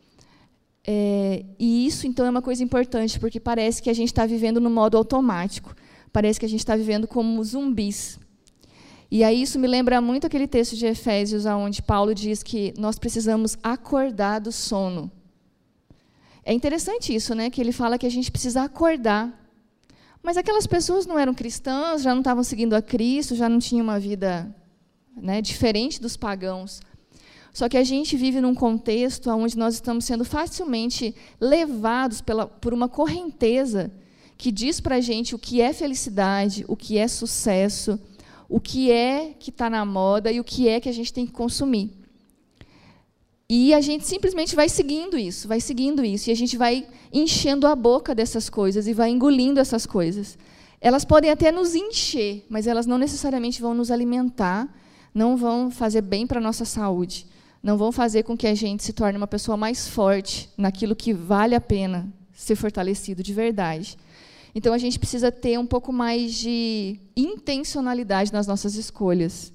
Speaker 1: E isso, então, é uma coisa importante, porque parece que a gente está vivendo no modo automático. Parece que a gente está vivendo como zumbis. E aí isso me lembra muito aquele texto de Efésios, onde Paulo diz que nós precisamos acordar do sono. É interessante isso, né? Que ele fala que a gente precisa acordar. Mas aquelas pessoas não eram cristãs, já não estavam seguindo a Cristo, já não tinham uma vida, né, diferente dos pagãos. Só que a gente vive num contexto onde nós estamos sendo facilmente levados por uma correnteza que diz para a gente o que é felicidade, o que é sucesso, o que está na moda e o que é que a gente tem que consumir. E a gente simplesmente vai seguindo isso, e a gente vai enchendo a boca dessas coisas e vai engolindo essas coisas. Elas podem até nos encher, mas elas não necessariamente vão nos alimentar, não vão fazer bem para a nossa saúde, não vão fazer com que a gente se torne uma pessoa mais forte naquilo que vale a pena ser fortalecido de verdade. Então, a gente precisa ter um pouco mais de intencionalidade nas nossas escolhas.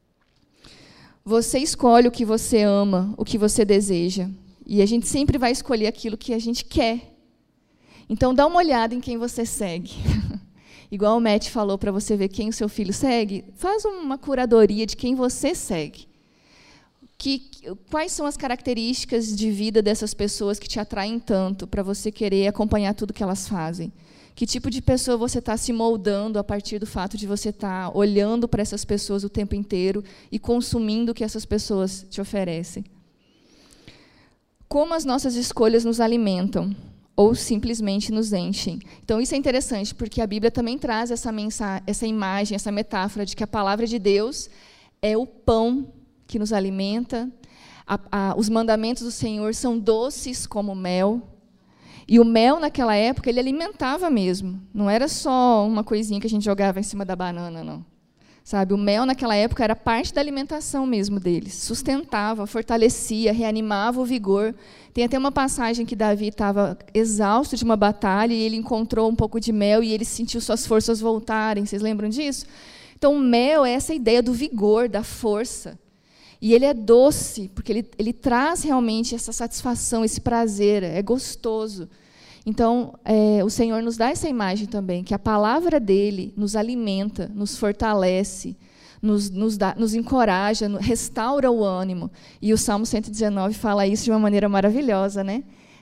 Speaker 1: Você escolhe o que você ama, o que você deseja. E a gente sempre vai escolher aquilo que a gente quer. Então, dá uma olhada em quem você segue. Igual o Matt falou para você ver quem o seu filho segue, faz uma curadoria de quem você segue. Quais são as características de vida dessas pessoas que te atraem tanto para você querer acompanhar tudo que elas fazem? Que tipo de pessoa você está se moldando a partir do fato de você estar olhando para essas pessoas o tempo inteiro e consumindo o que essas pessoas te oferecem? Como as nossas escolhas nos alimentam ou simplesmente nos enchem? Então, isso é interessante, porque a Bíblia também traz essa imagem, essa metáfora de que a palavra de Deus é o pão que nos alimenta. Os mandamentos do Senhor são doces como mel. E o mel, naquela época, ele alimentava mesmo. Não era só uma coisinha que a gente jogava em cima da banana, não. Sabe? O mel, naquela época, era parte da alimentação mesmo deles. Sustentava, fortalecia, reanimava o vigor. Tem até uma passagem que Davi estava exausto de uma batalha e ele encontrou um pouco de mel e ele sentiu suas forças voltarem. Vocês lembram disso? Então, o mel é essa ideia do vigor, da força. E ele é doce, porque ele traz realmente essa satisfação, esse prazer, é gostoso. Então, o Senhor nos dá essa imagem também, que a palavra dele nos alimenta, nos fortalece, nos encoraja, restaura o ânimo. E o Salmo 119 fala isso de uma maneira maravilhosa, né?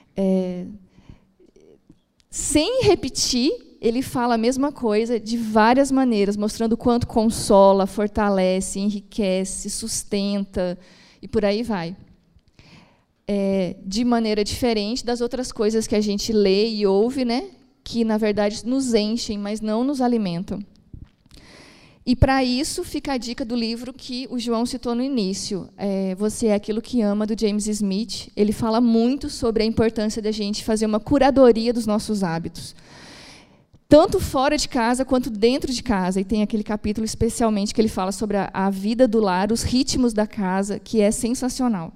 Speaker 1: Sem repetir, ele fala a mesma coisa de várias maneiras, mostrando o quanto consola, fortalece, enriquece, sustenta, e por aí vai. De maneira diferente das outras coisas que a gente lê e ouve, né, que, na verdade, nos enchem, mas não nos alimentam. E, para isso, fica a dica do livro que o João citou no início, Você é Aquilo que Ama, do James Smith. Ele fala muito sobre a importância da gente fazer uma curadoria dos nossos hábitos, tanto fora de casa quanto dentro de casa. E tem aquele capítulo especialmente que ele fala sobre a vida do lar, os ritmos da casa, que é sensacional.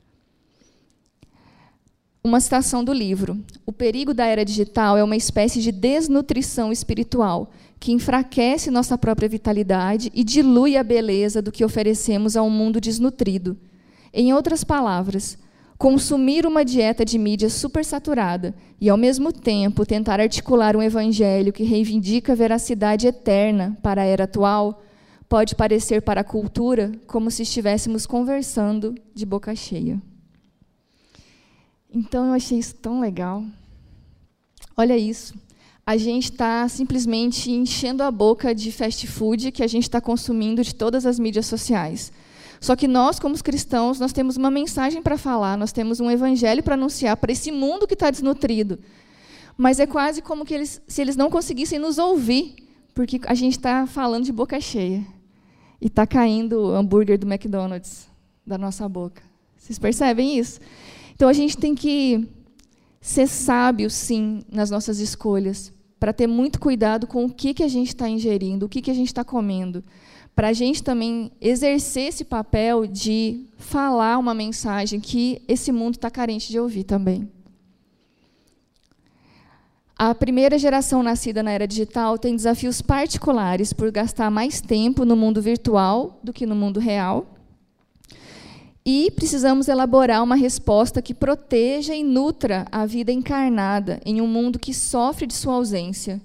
Speaker 1: Uma citação do livro: o perigo da era digital é uma espécie de desnutrição espiritual que enfraquece nossa própria vitalidade e dilui a beleza do que oferecemos a um mundo desnutrido. Em outras palavras, consumir uma dieta de mídia supersaturada e, ao mesmo tempo, tentar articular um evangelho que reivindica a veracidade eterna para a era atual pode parecer para a cultura como se estivéssemos conversando de boca cheia. Então, eu achei isso tão legal. Olha isso. A gente está simplesmente enchendo a boca de fast food que a gente está consumindo de todas as mídias sociais. Só que nós, como os cristãos, nós temos uma mensagem para falar, nós temos um evangelho para anunciar para esse mundo que está desnutrido. Mas é quase como que se eles não conseguissem nos ouvir, porque a gente está falando de boca cheia. E está caindo o hambúrguer do McDonald's da nossa boca. Vocês percebem isso? Então, a gente tem que ser sábio, sim, nas nossas escolhas, para ter muito cuidado com o que a gente está ingerindo, o que a gente está comendo, para a gente também exercer esse papel de falar uma mensagem que esse mundo está carente de ouvir também. A primeira geração nascida na era digital tem desafios particulares por gastar mais tempo no mundo virtual do que no mundo real. E precisamos elaborar uma resposta que proteja e nutra a vida encarnada em um mundo que sofre de sua ausência.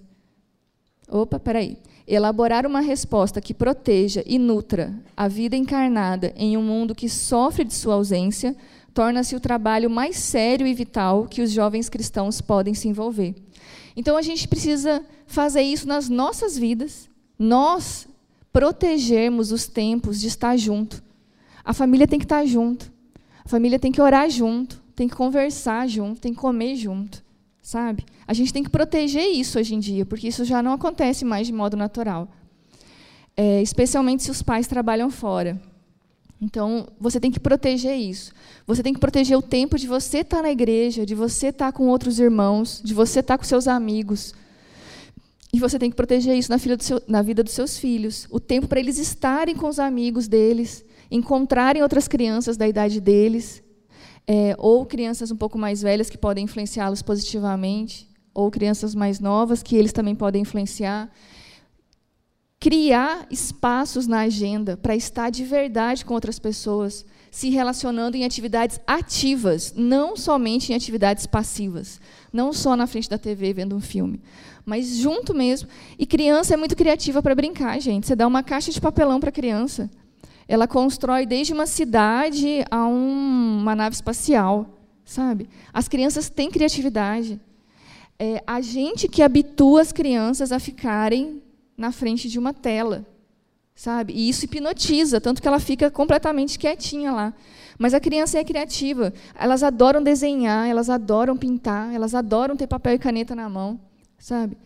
Speaker 1: Elaborar uma resposta que proteja e nutra a vida encarnada em um mundo que sofre de sua ausência torna-se o trabalho mais sério e vital que os jovens cristãos podem se envolver. Então, a gente precisa fazer isso nas nossas vidas, nós protegermos os tempos de estar junto. A família tem que estar junto, a família tem que orar junto, tem que conversar junto, tem que comer junto, sabe? A gente tem que proteger isso hoje em dia, porque isso já não acontece mais de modo natural, especialmente se os pais trabalham fora. Então, você tem que proteger isso. Você tem que proteger o tempo de você estar na igreja, de você estar com outros irmãos, de você estar com seus amigos. E você tem que proteger isso na vida dos seus filhos, o tempo para eles estarem com os amigos deles, encontrarem outras crianças da idade deles, ou crianças um pouco mais velhas que podem influenciá-los positivamente, ou crianças mais novas que eles também podem influenciar. Criar espaços na agenda para estar de verdade com outras pessoas, se relacionando em atividades ativas, não somente em atividades passivas, não só na frente da TV vendo um filme, mas junto mesmo. E criança é muito criativa para brincar, gente. Você dá uma caixa de papelão para a criança, ela constrói desde uma cidade a uma nave espacial, sabe? As crianças têm criatividade. A gente que habitua as crianças a ficarem na frente de uma tela, sabe? E isso hipnotiza, tanto que ela fica completamente quietinha lá. Mas a criança é criativa. Elas adoram desenhar, elas adoram pintar, elas adoram ter papel e caneta na mão, sabe?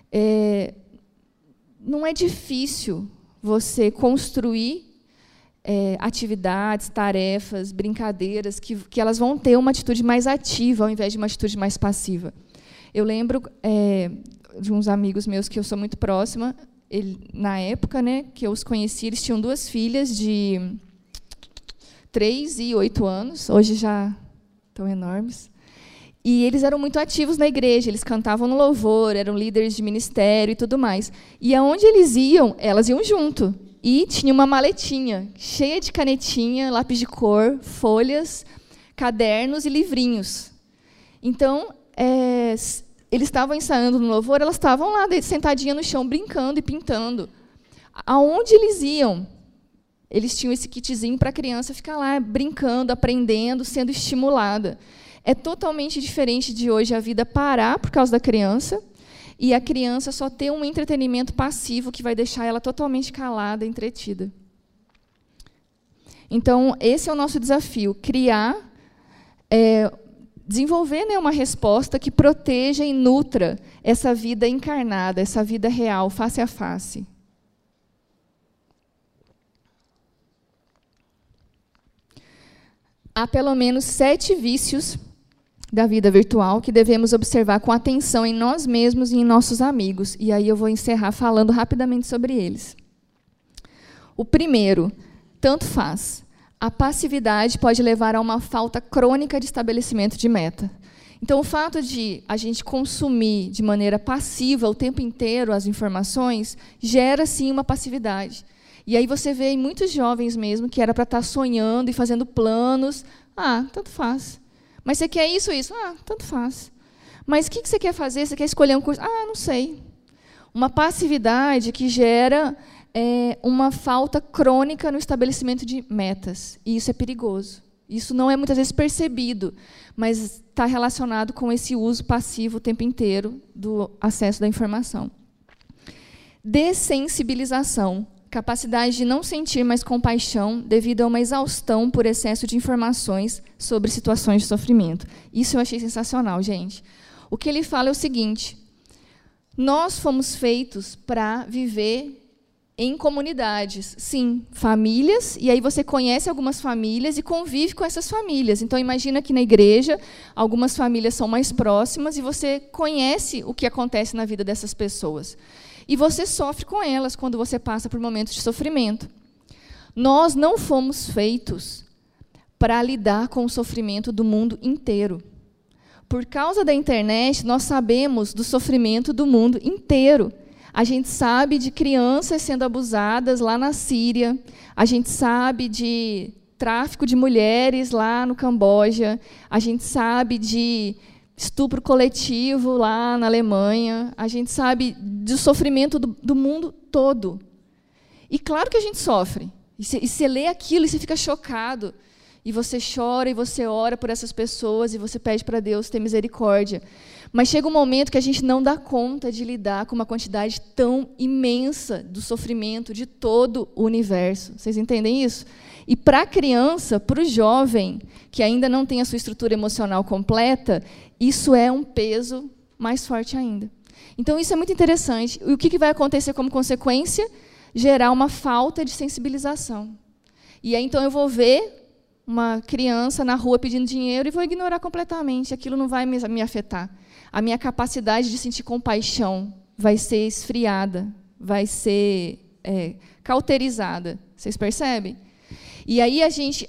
Speaker 1: Não é difícil você construir atividades, tarefas, brincadeiras, que elas vão ter uma atitude mais ativa, ao invés de uma atitude mais passiva. Eu lembro de uns amigos meus que eu sou muito próxima, na época, né, que eu os conheci, eles tinham 2 filhas de 3 e 8 anos, hoje já estão enormes, e eles eram muito ativos na igreja, eles cantavam no louvor, eram líderes de ministério e tudo mais. E aonde eles iam, elas iam junto. E tinha uma maletinha cheia de canetinha, lápis de cor, folhas, cadernos e livrinhos. Então, eles estavam ensaiando no louvor, elas estavam lá, sentadinhas no chão, brincando e pintando. Aonde eles iam, eles tinham esse kitzinho para a criança ficar lá brincando, aprendendo, sendo estimulada. É totalmente diferente de hoje a vida parar por causa da criança, e a criança só ter um entretenimento passivo que vai deixar ela totalmente calada, entretida. Então, esse é o nosso desafio, criar, desenvolver, né, uma resposta que proteja e nutra essa vida encarnada, essa vida real, face a face. Há pelo menos 7 vícios da vida virtual que devemos observar com atenção em nós mesmos e em nossos amigos. E aí eu vou encerrar falando rapidamente sobre eles. O primeiro, tanto faz. A passividade pode levar a uma falta crônica de estabelecimento de meta. Então, o fato de a gente consumir de maneira passiva o tempo inteiro as informações gera, sim, uma passividade. E aí você vê em muitos jovens mesmo que era para estar sonhando e fazendo planos. Ah, tanto faz. Mas você quer isso? Ah, tanto faz. Mas o que você quer fazer? Você quer escolher um curso? Ah, não sei. Uma passividade que gera uma falta crônica no estabelecimento de metas. E isso é perigoso. Isso não é muitas vezes percebido, mas está relacionado com esse uso passivo o tempo inteiro do acesso da informação. Dessensibilização. Capacidade de não sentir mais compaixão devido a uma exaustão por excesso de informações sobre situações de sofrimento. Isso eu achei sensacional, gente. O que ele fala é o seguinte: nós fomos feitos para viver em comunidades, sim, famílias, e aí você conhece algumas famílias e convive com essas famílias. Então, imagina que na igreja, algumas famílias são mais próximas e você conhece o que acontece na vida dessas pessoas. E você sofre com elas quando você passa por momentos de sofrimento. Nós não fomos feitos para lidar com o sofrimento do mundo inteiro. Por causa da internet, nós sabemos do sofrimento do mundo inteiro. A gente sabe de crianças sendo abusadas lá na Síria, a gente sabe de tráfico de mulheres lá no Camboja, a gente sabe de estupro coletivo lá na Alemanha, a gente sabe do sofrimento do mundo todo. E claro que a gente sofre. E você lê aquilo e você fica chocado. E você chora e você ora por essas pessoas e você pede para Deus ter misericórdia. Mas chega um momento que a gente não dá conta de lidar com uma quantidade tão imensa do sofrimento de todo o universo. Vocês entendem isso? E para a criança, para o jovem, que ainda não tem a sua estrutura emocional completa, isso é um peso mais forte ainda. Então, isso é muito interessante. E o que vai acontecer como consequência? Gerar uma falta de sensibilização. E aí, então, eu vou ver uma criança na rua pedindo dinheiro e vou ignorar completamente. Aquilo não vai me afetar. A minha capacidade de sentir compaixão vai ser esfriada, vai ser cauterizada. Vocês percebem? E aí a gente,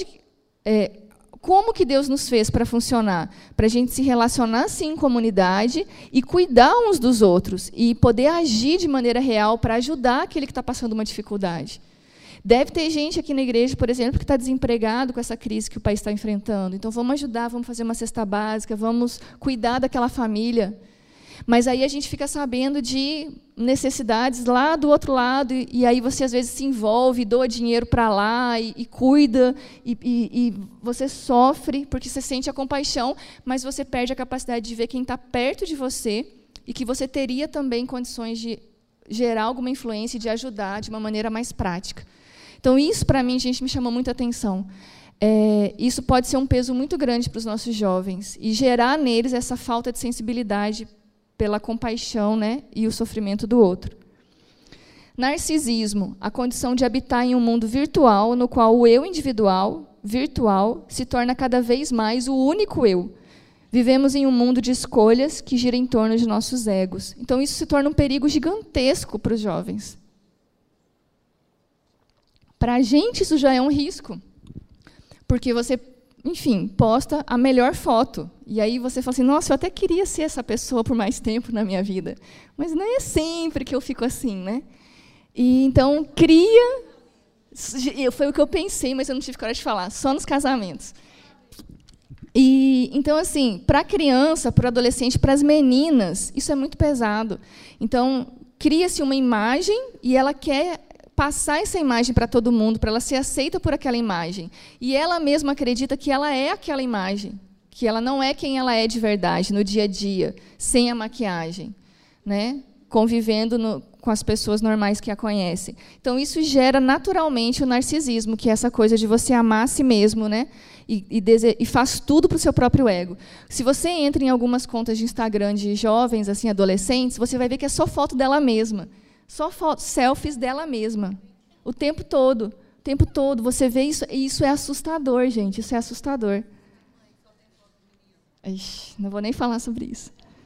Speaker 1: como que Deus nos fez para funcionar? Para a gente se relacionar, sim, em comunidade e cuidar uns dos outros e poder agir de maneira real para ajudar aquele que está passando uma dificuldade. Deve ter gente aqui na igreja, por exemplo, que está desempregado com essa crise que o país está enfrentando. Então, vamos ajudar, vamos fazer uma cesta básica, vamos cuidar daquela família. Mas aí a gente fica sabendo de necessidades lá do outro lado, e aí você, às vezes, se envolve, doa dinheiro para lá, e cuida, e você sofre, porque você sente a compaixão, mas você perde a capacidade de ver quem está perto de você, e que você teria também condições de gerar alguma influência e de ajudar de uma maneira mais prática. Então, isso, para mim, gente, me chamou muita atenção. Isso pode ser um peso muito grande para os nossos jovens e gerar neles essa falta de sensibilidade pela compaixão, né, e o sofrimento do outro. Narcisismo, a condição de habitar em um mundo virtual no qual o eu individual, virtual, se torna cada vez mais o único eu. Vivemos em um mundo de escolhas que gira em torno de nossos egos. Então, isso se torna um perigo gigantesco para os jovens. Para a gente, isso já é um risco, porque você, enfim, posta a melhor foto, e aí você fala assim, nossa, eu até queria ser essa pessoa por mais tempo na minha vida, mas não é sempre que eu fico assim, né? E, então, foi o que eu pensei, mas eu não tive coragem de falar, só nos casamentos. E, então, assim, para a criança, para o adolescente, para as meninas, isso é muito pesado. Então, cria-se uma imagem e ela quer passar essa imagem para todo mundo, para ela ser aceita por aquela imagem. E ela mesma acredita que ela é aquela imagem, que ela não é quem ela é de verdade, no dia a dia, sem a maquiagem, né? Convivendo com as pessoas normais que a conhecem. Então, isso gera naturalmente o narcisismo, que é essa coisa de você amar a si mesmo, né? E faz tudo para o seu próprio ego. Se você entra em algumas contas de Instagram de jovens, assim, adolescentes, você vai ver que é só foto dela mesma. Só fotos, selfies dela mesma, o tempo todo, O tempo todo. Você vê isso, e isso é assustador, gente. Isso é assustador. Ixi, não vou nem falar sobre isso.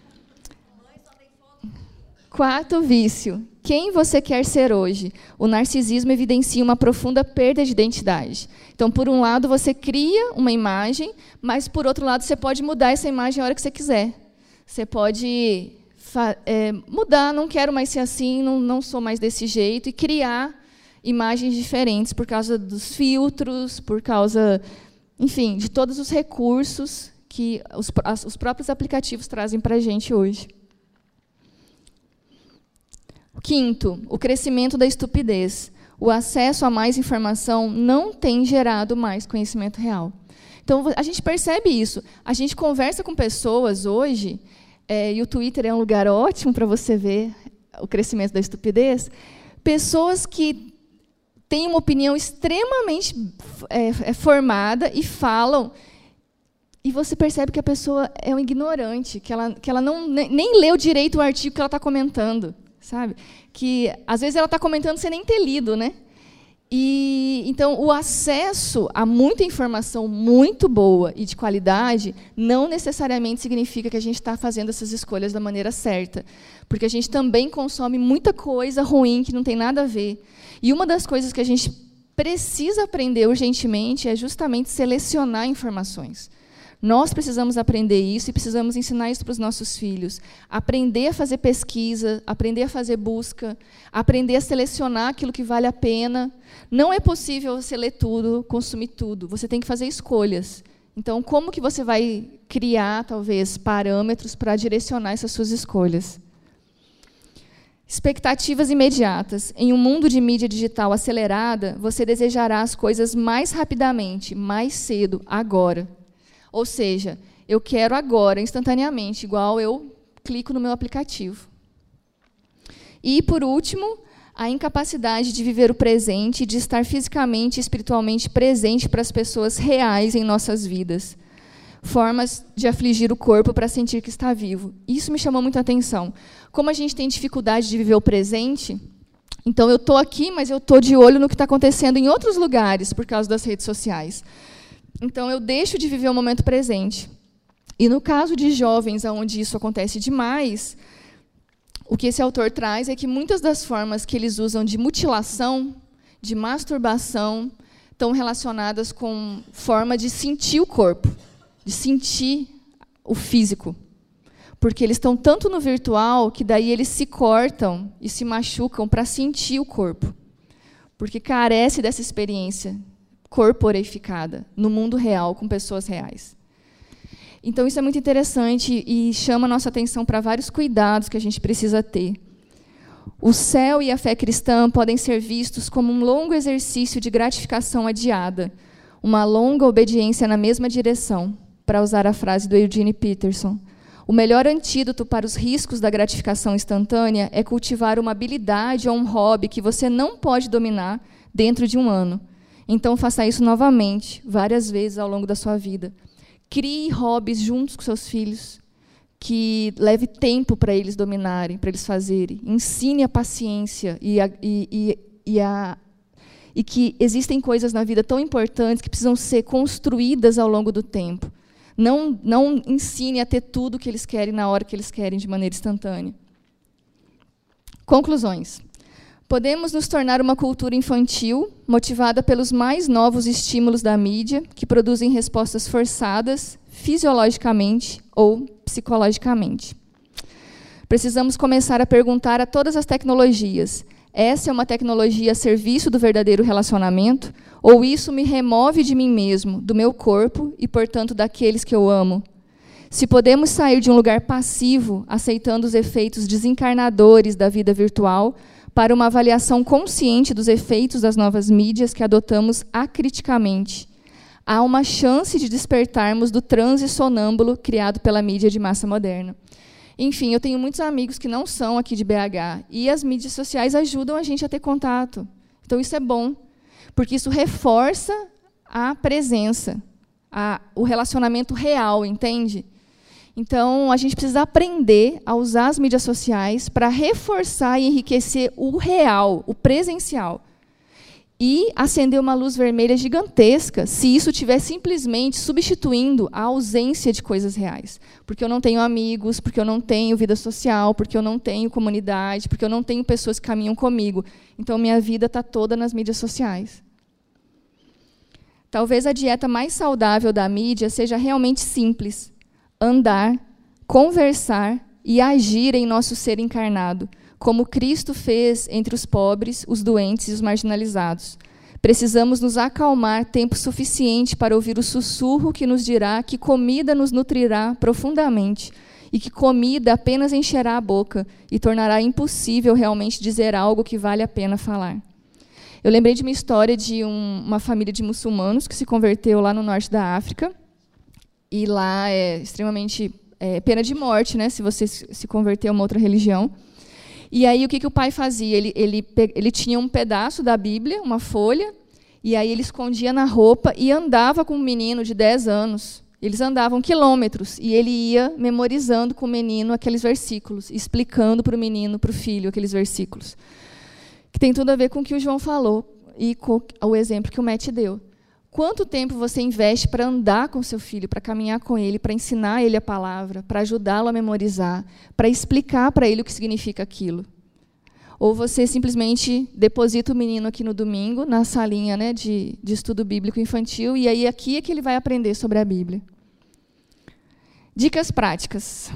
Speaker 1: Quarto vício. Quem você quer ser hoje? O narcisismo evidencia uma profunda perda de identidade. Então, por um lado, você cria uma imagem, mas, por outro lado, você pode mudar essa imagem a hora que você quiser. Você pode mudar, não quero mais ser assim, não sou mais desse jeito, e criar imagens diferentes por causa dos filtros, por causa, enfim, de todos os recursos que os próprios aplicativos trazem para a gente hoje. Quinto, o crescimento da estupidez. O acesso a mais informação não tem gerado mais conhecimento real. Então, a gente percebe isso. A gente conversa com pessoas hoje, e o Twitter é um lugar ótimo para você ver o crescimento da estupidez, pessoas que têm uma opinião extremamente formada e falam, e você percebe que a pessoa é um ignorante, que ela nem leu direito o artigo que ela está comentando. Sabe? Que, às vezes, ela está comentando sem nem ter lido, né? E, então, o acesso a muita informação muito boa e de qualidade não necessariamente significa que a gente está fazendo essas escolhas da maneira certa. Porque a gente também consome muita coisa ruim que não tem nada a ver. E uma das coisas que a gente precisa aprender urgentemente é justamente selecionar informações. Nós precisamos aprender isso e precisamos ensinar isso para os nossos filhos. Aprender a fazer pesquisa, aprender a fazer busca, aprender a selecionar aquilo que vale a pena. Não é possível você ler tudo, consumir tudo. Você tem que fazer escolhas. Então, como que você vai criar, talvez, parâmetros para direcionar essas suas escolhas? Expectativas imediatas. Em um mundo de mídia digital acelerada, você desejará as coisas mais rapidamente, mais cedo, agora. Ou seja, eu quero agora, instantaneamente, igual eu clico no meu aplicativo. E, por último, a incapacidade de viver o presente e de estar fisicamente e espiritualmente presente para as pessoas reais em nossas vidas. Formas de afligir o corpo para sentir que está vivo. Isso me chamou muita atenção. Como a gente tem dificuldade de viver o presente, então eu estou aqui, mas eu estou de olho no que está acontecendo em outros lugares, por causa das redes sociais. Então, eu deixo de viver o momento presente. E, no caso de jovens, onde isso acontece demais, o que esse autor traz é que muitas das formas que eles usam de mutilação, de masturbação, estão relacionadas com forma de sentir o corpo, de sentir o físico. Porque eles estão tanto no virtual que daí eles se cortam e se machucam para sentir o corpo. Porque carece dessa experiência corporificada no mundo real, com pessoas reais. Então, isso é muito interessante e chama a nossa atenção para vários cuidados que a gente precisa ter. O céu e a fé cristã podem ser vistos como um longo exercício de gratificação adiada, uma longa obediência na mesma direção, para usar a frase do Eugene Peterson. O melhor antídoto para os riscos da gratificação instantânea é cultivar uma habilidade ou um hobby que você não pode dominar dentro de um ano. Então, faça isso novamente, várias vezes ao longo da sua vida. Crie hobbies juntos com seus filhos, que leve tempo para eles dominarem, para eles fazerem. Ensine a paciência e que existem coisas na vida tão importantes que precisam ser construídas ao longo do tempo. Não ensine a ter tudo o que eles querem na hora que eles querem, de maneira instantânea. Conclusões. Podemos nos tornar uma cultura infantil, motivada pelos mais novos estímulos da mídia, que produzem respostas forçadas, fisiologicamente ou psicologicamente. Precisamos começar a perguntar a todas as tecnologias: essa é uma tecnologia a serviço do verdadeiro relacionamento? Ou isso me remove de mim mesmo, do meu corpo e, portanto, daqueles que eu amo? Se podemos sair de um lugar passivo, aceitando os efeitos desencarnadores da vida virtual, para uma avaliação consciente dos efeitos das novas mídias que adotamos acriticamente, há uma chance de despertarmos do transe sonâmbulo criado pela mídia de massa moderna. Enfim, eu tenho muitos amigos que não são aqui de BH, e as mídias sociais ajudam a gente a ter contato. Então, isso é bom, porque isso reforça a presença, o relacionamento real, entende? Então, a gente precisa aprender a usar as mídias sociais para reforçar e enriquecer o real, o presencial. e acender uma luz vermelha gigantesca se isso estiver simplesmente substituindo a ausência de coisas reais. Porque eu não tenho amigos, porque eu não tenho vida social, porque eu não tenho comunidade, porque eu não tenho pessoas que caminham comigo. Então, minha vida está toda nas mídias sociais. Talvez a dieta mais saudável da mídia seja realmente simples. Andar, conversar e agir em nosso ser encarnado, como Cristo fez entre os pobres, os doentes e os marginalizados. Precisamos nos acalmar tempo suficiente para ouvir o sussurro que nos dirá que comida nos nutrirá profundamente e que comida apenas encherá a boca e tornará impossível realmente dizer algo que vale a pena falar. Eu lembrei de uma história de uma família de muçulmanos que se converteu lá no norte da África, e lá é extremamente pena de morte, né, se você se converter a uma outra religião. E aí, o que o pai fazia? Ele tinha um pedaço da Bíblia, uma folha, e aí ele escondia na roupa e andava com um menino de 10 anos. Eles andavam quilômetros, e ele ia memorizando com o menino aqueles versículos, explicando para o menino, para o filho, aqueles versículos. Que tem tudo a ver com o que o João falou e com o exemplo que o Matt deu. Quanto tempo você investe para andar com seu filho, para caminhar com ele, para ensinar ele a palavra, para ajudá-lo a memorizar, para explicar para ele o que significa aquilo? Ou você simplesmente deposita o menino aqui no domingo, na salinha, né, de estudo bíblico infantil, e aí aqui é que ele vai aprender sobre a Bíblia. Dicas práticas.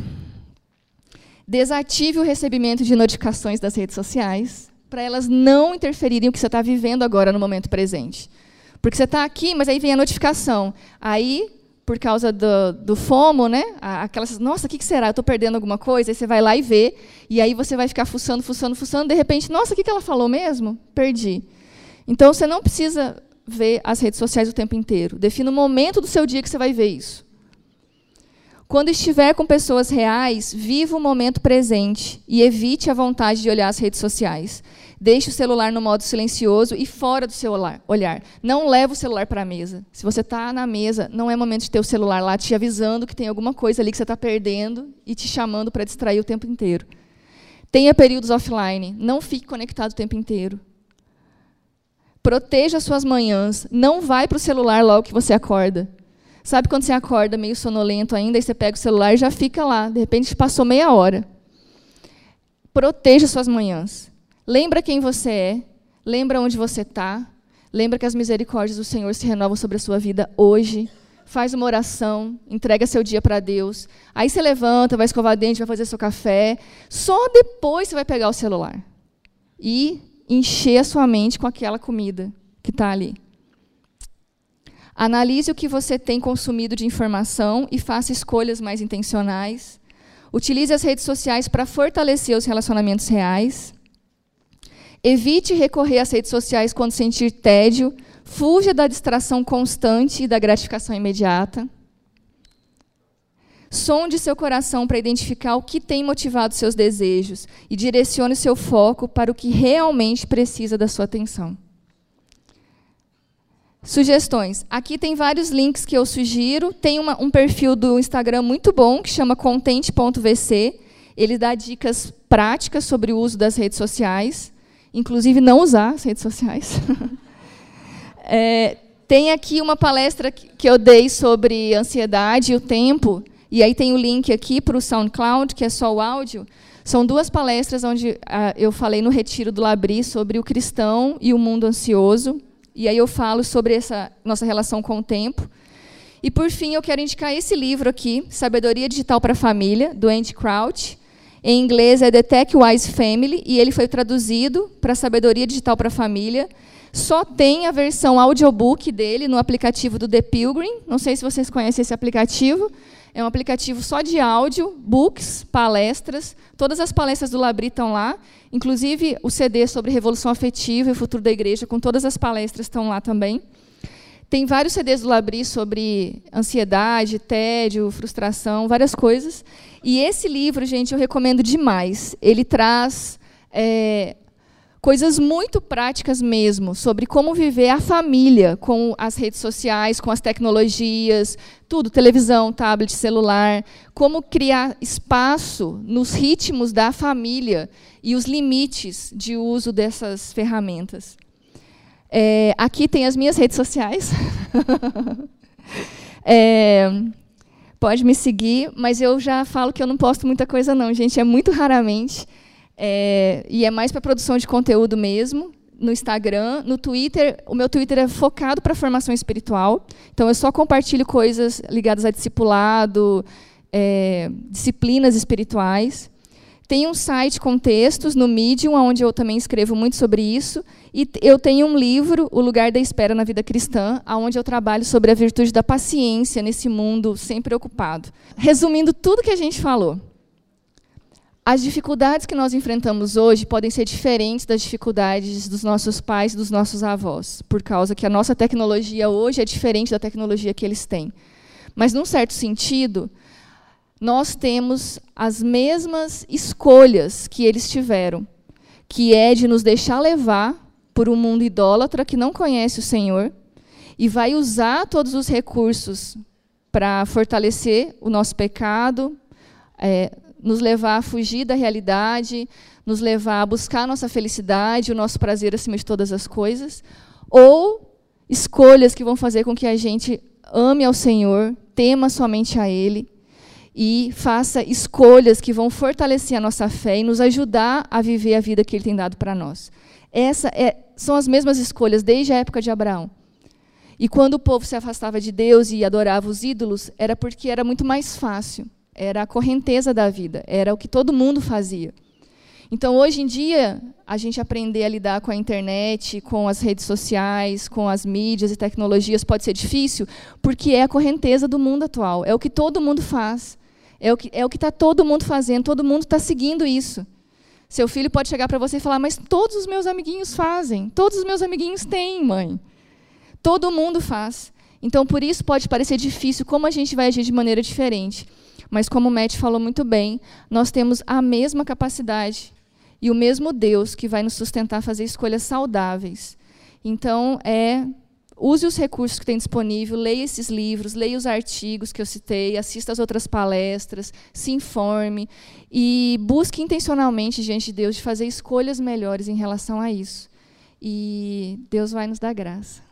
Speaker 1: Desative o recebimento de notificações das redes sociais, para elas não interferirem no que você está vivendo agora, no momento presente. Porque você está aqui, mas aí vem a notificação. Aí, por causa do FOMO, né? Aquelas, nossa, o que será? Eu estou perdendo alguma coisa? Aí você vai lá e vê, e aí você vai ficar fuçando, de repente, nossa, o que ela falou mesmo? Perdi. Então, você não precisa ver as redes sociais o tempo inteiro. Defina o momento do seu dia que você vai ver isso. Quando estiver com pessoas reais, viva o momento presente e evite a vontade de olhar as redes sociais. Deixe o celular no modo silencioso e fora do seu olhar. Não leve o celular para a mesa. Se você está na mesa, não é momento de ter o celular lá te avisando que tem alguma coisa ali que você está perdendo e te chamando para distrair o tempo inteiro. Tenha períodos offline. Não fique conectado o tempo inteiro. Proteja as suas manhãs. Não vai para o celular logo que você acorda. Sabe quando você acorda meio sonolento ainda, e você pega o celular e já fica lá. De repente, passou meia hora. Proteja suas manhãs. Lembra quem você é. Lembra onde você está. Lembra que as misericórdias do Senhor se renovam sobre a sua vida hoje. Faz uma oração, entrega seu dia para Deus. Aí você levanta, vai escovar dente, vai fazer seu café. Só depois você vai pegar o celular. E encher a sua mente com aquela comida que está ali. Analise o que você tem consumido de informação e faça escolhas mais intencionais. Utilize as redes sociais para fortalecer os relacionamentos reais. Evite recorrer às redes sociais quando sentir tédio. Fuja da distração constante e da gratificação imediata. Sonde seu coração para identificar o que tem motivado seus desejos e direcione seu foco para o que realmente precisa da sua atenção. Sugestões. Aqui tem vários links que eu sugiro. Tem um perfil do Instagram muito bom, que chama contente.vc. Ele dá dicas práticas sobre o uso das redes sociais, inclusive não usar as redes sociais. Tem aqui uma palestra que eu dei sobre ansiedade e o tempo, e aí tem o link aqui para o SoundCloud, que é só o áudio. São 2 palestras onde eu falei no Retiro do Labri sobre o cristão e o mundo ansioso. E aí eu falo sobre essa nossa relação com o tempo. E, por fim, eu quero indicar esse livro aqui, Sabedoria Digital para a Família, do Andy Crouch. Em inglês é The Tech Wise Family, e ele foi traduzido para Sabedoria Digital para a Família. Só tem a versão audiobook dele no aplicativo do The Pilgrim. Não sei se vocês conhecem esse aplicativo. É um aplicativo só de áudio, books, palestras. Todas as palestras do Labri estão lá. Inclusive, o CD sobre Revolução Afetiva e o Futuro da Igreja, com todas as palestras, estão lá também. Tem vários CDs do Labri sobre ansiedade, tédio, frustração, várias coisas. E esse livro, gente, eu recomendo demais. Ele traz coisas muito práticas mesmo, sobre como viver a família com as redes sociais, com as tecnologias, tudo, televisão, tablet, celular, como criar espaço nos ritmos da família e os limites de uso dessas ferramentas. Aqui tem as minhas redes sociais. Pode me seguir, mas eu já falo que eu não posto muita coisa não, gente, é muito raramente. E é mais para produção de conteúdo mesmo, no Instagram. No Twitter, o meu Twitter é focado para formação espiritual, então eu só compartilho coisas ligadas a discipulado, disciplinas espirituais. Tem um site com textos no Medium, onde eu também escrevo muito sobre isso. E eu tenho um livro, O Lugar da Espera na Vida Cristã, onde eu trabalho sobre a virtude da paciência nesse mundo sempre ocupado. Resumindo tudo que a gente falou, as dificuldades que nós enfrentamos hoje podem ser diferentes das dificuldades dos nossos pais e dos nossos avós, por causa que a nossa tecnologia hoje é diferente da tecnologia que eles têm. Mas, num certo sentido, nós temos as mesmas escolhas que eles tiveram, que é de nos deixar levar por um mundo idólatra que não conhece o Senhor e vai usar todos os recursos para fortalecer o nosso pecado, nos levar a fugir da realidade, nos levar a buscar a nossa felicidade, o nosso prazer acima de todas as coisas, ou escolhas que vão fazer com que a gente ame ao Senhor, tema somente a Ele, e faça escolhas que vão fortalecer a nossa fé e nos ajudar a viver a vida que Ele tem dado para nós. São as mesmas escolhas desde a época de Abraão. E quando o povo se afastava de Deus e adorava os ídolos, era porque era muito mais fácil. Era a correnteza da vida, era o que todo mundo fazia. Então, hoje em dia, a gente aprender a lidar com a internet, com as redes sociais, com as mídias e tecnologias pode ser difícil, porque é a correnteza do mundo atual, é o que todo mundo faz. É o que está todo mundo fazendo, todo mundo está seguindo isso. Seu filho pode chegar para você e falar, mas todos os meus amiguinhos fazem, todos os meus amiguinhos têm, mãe. Todo mundo faz. Então, por isso pode parecer difícil como a gente vai agir de maneira diferente. Mas, como o Matt falou muito bem, nós temos a mesma capacidade e o mesmo Deus que vai nos sustentar a fazer escolhas saudáveis. Então, use os recursos que tem disponível, leia esses livros, leia os artigos que eu citei, assista às outras palestras, se informe e busque intencionalmente diante de Deus de fazer escolhas melhores em relação a isso. E Deus vai nos dar graça.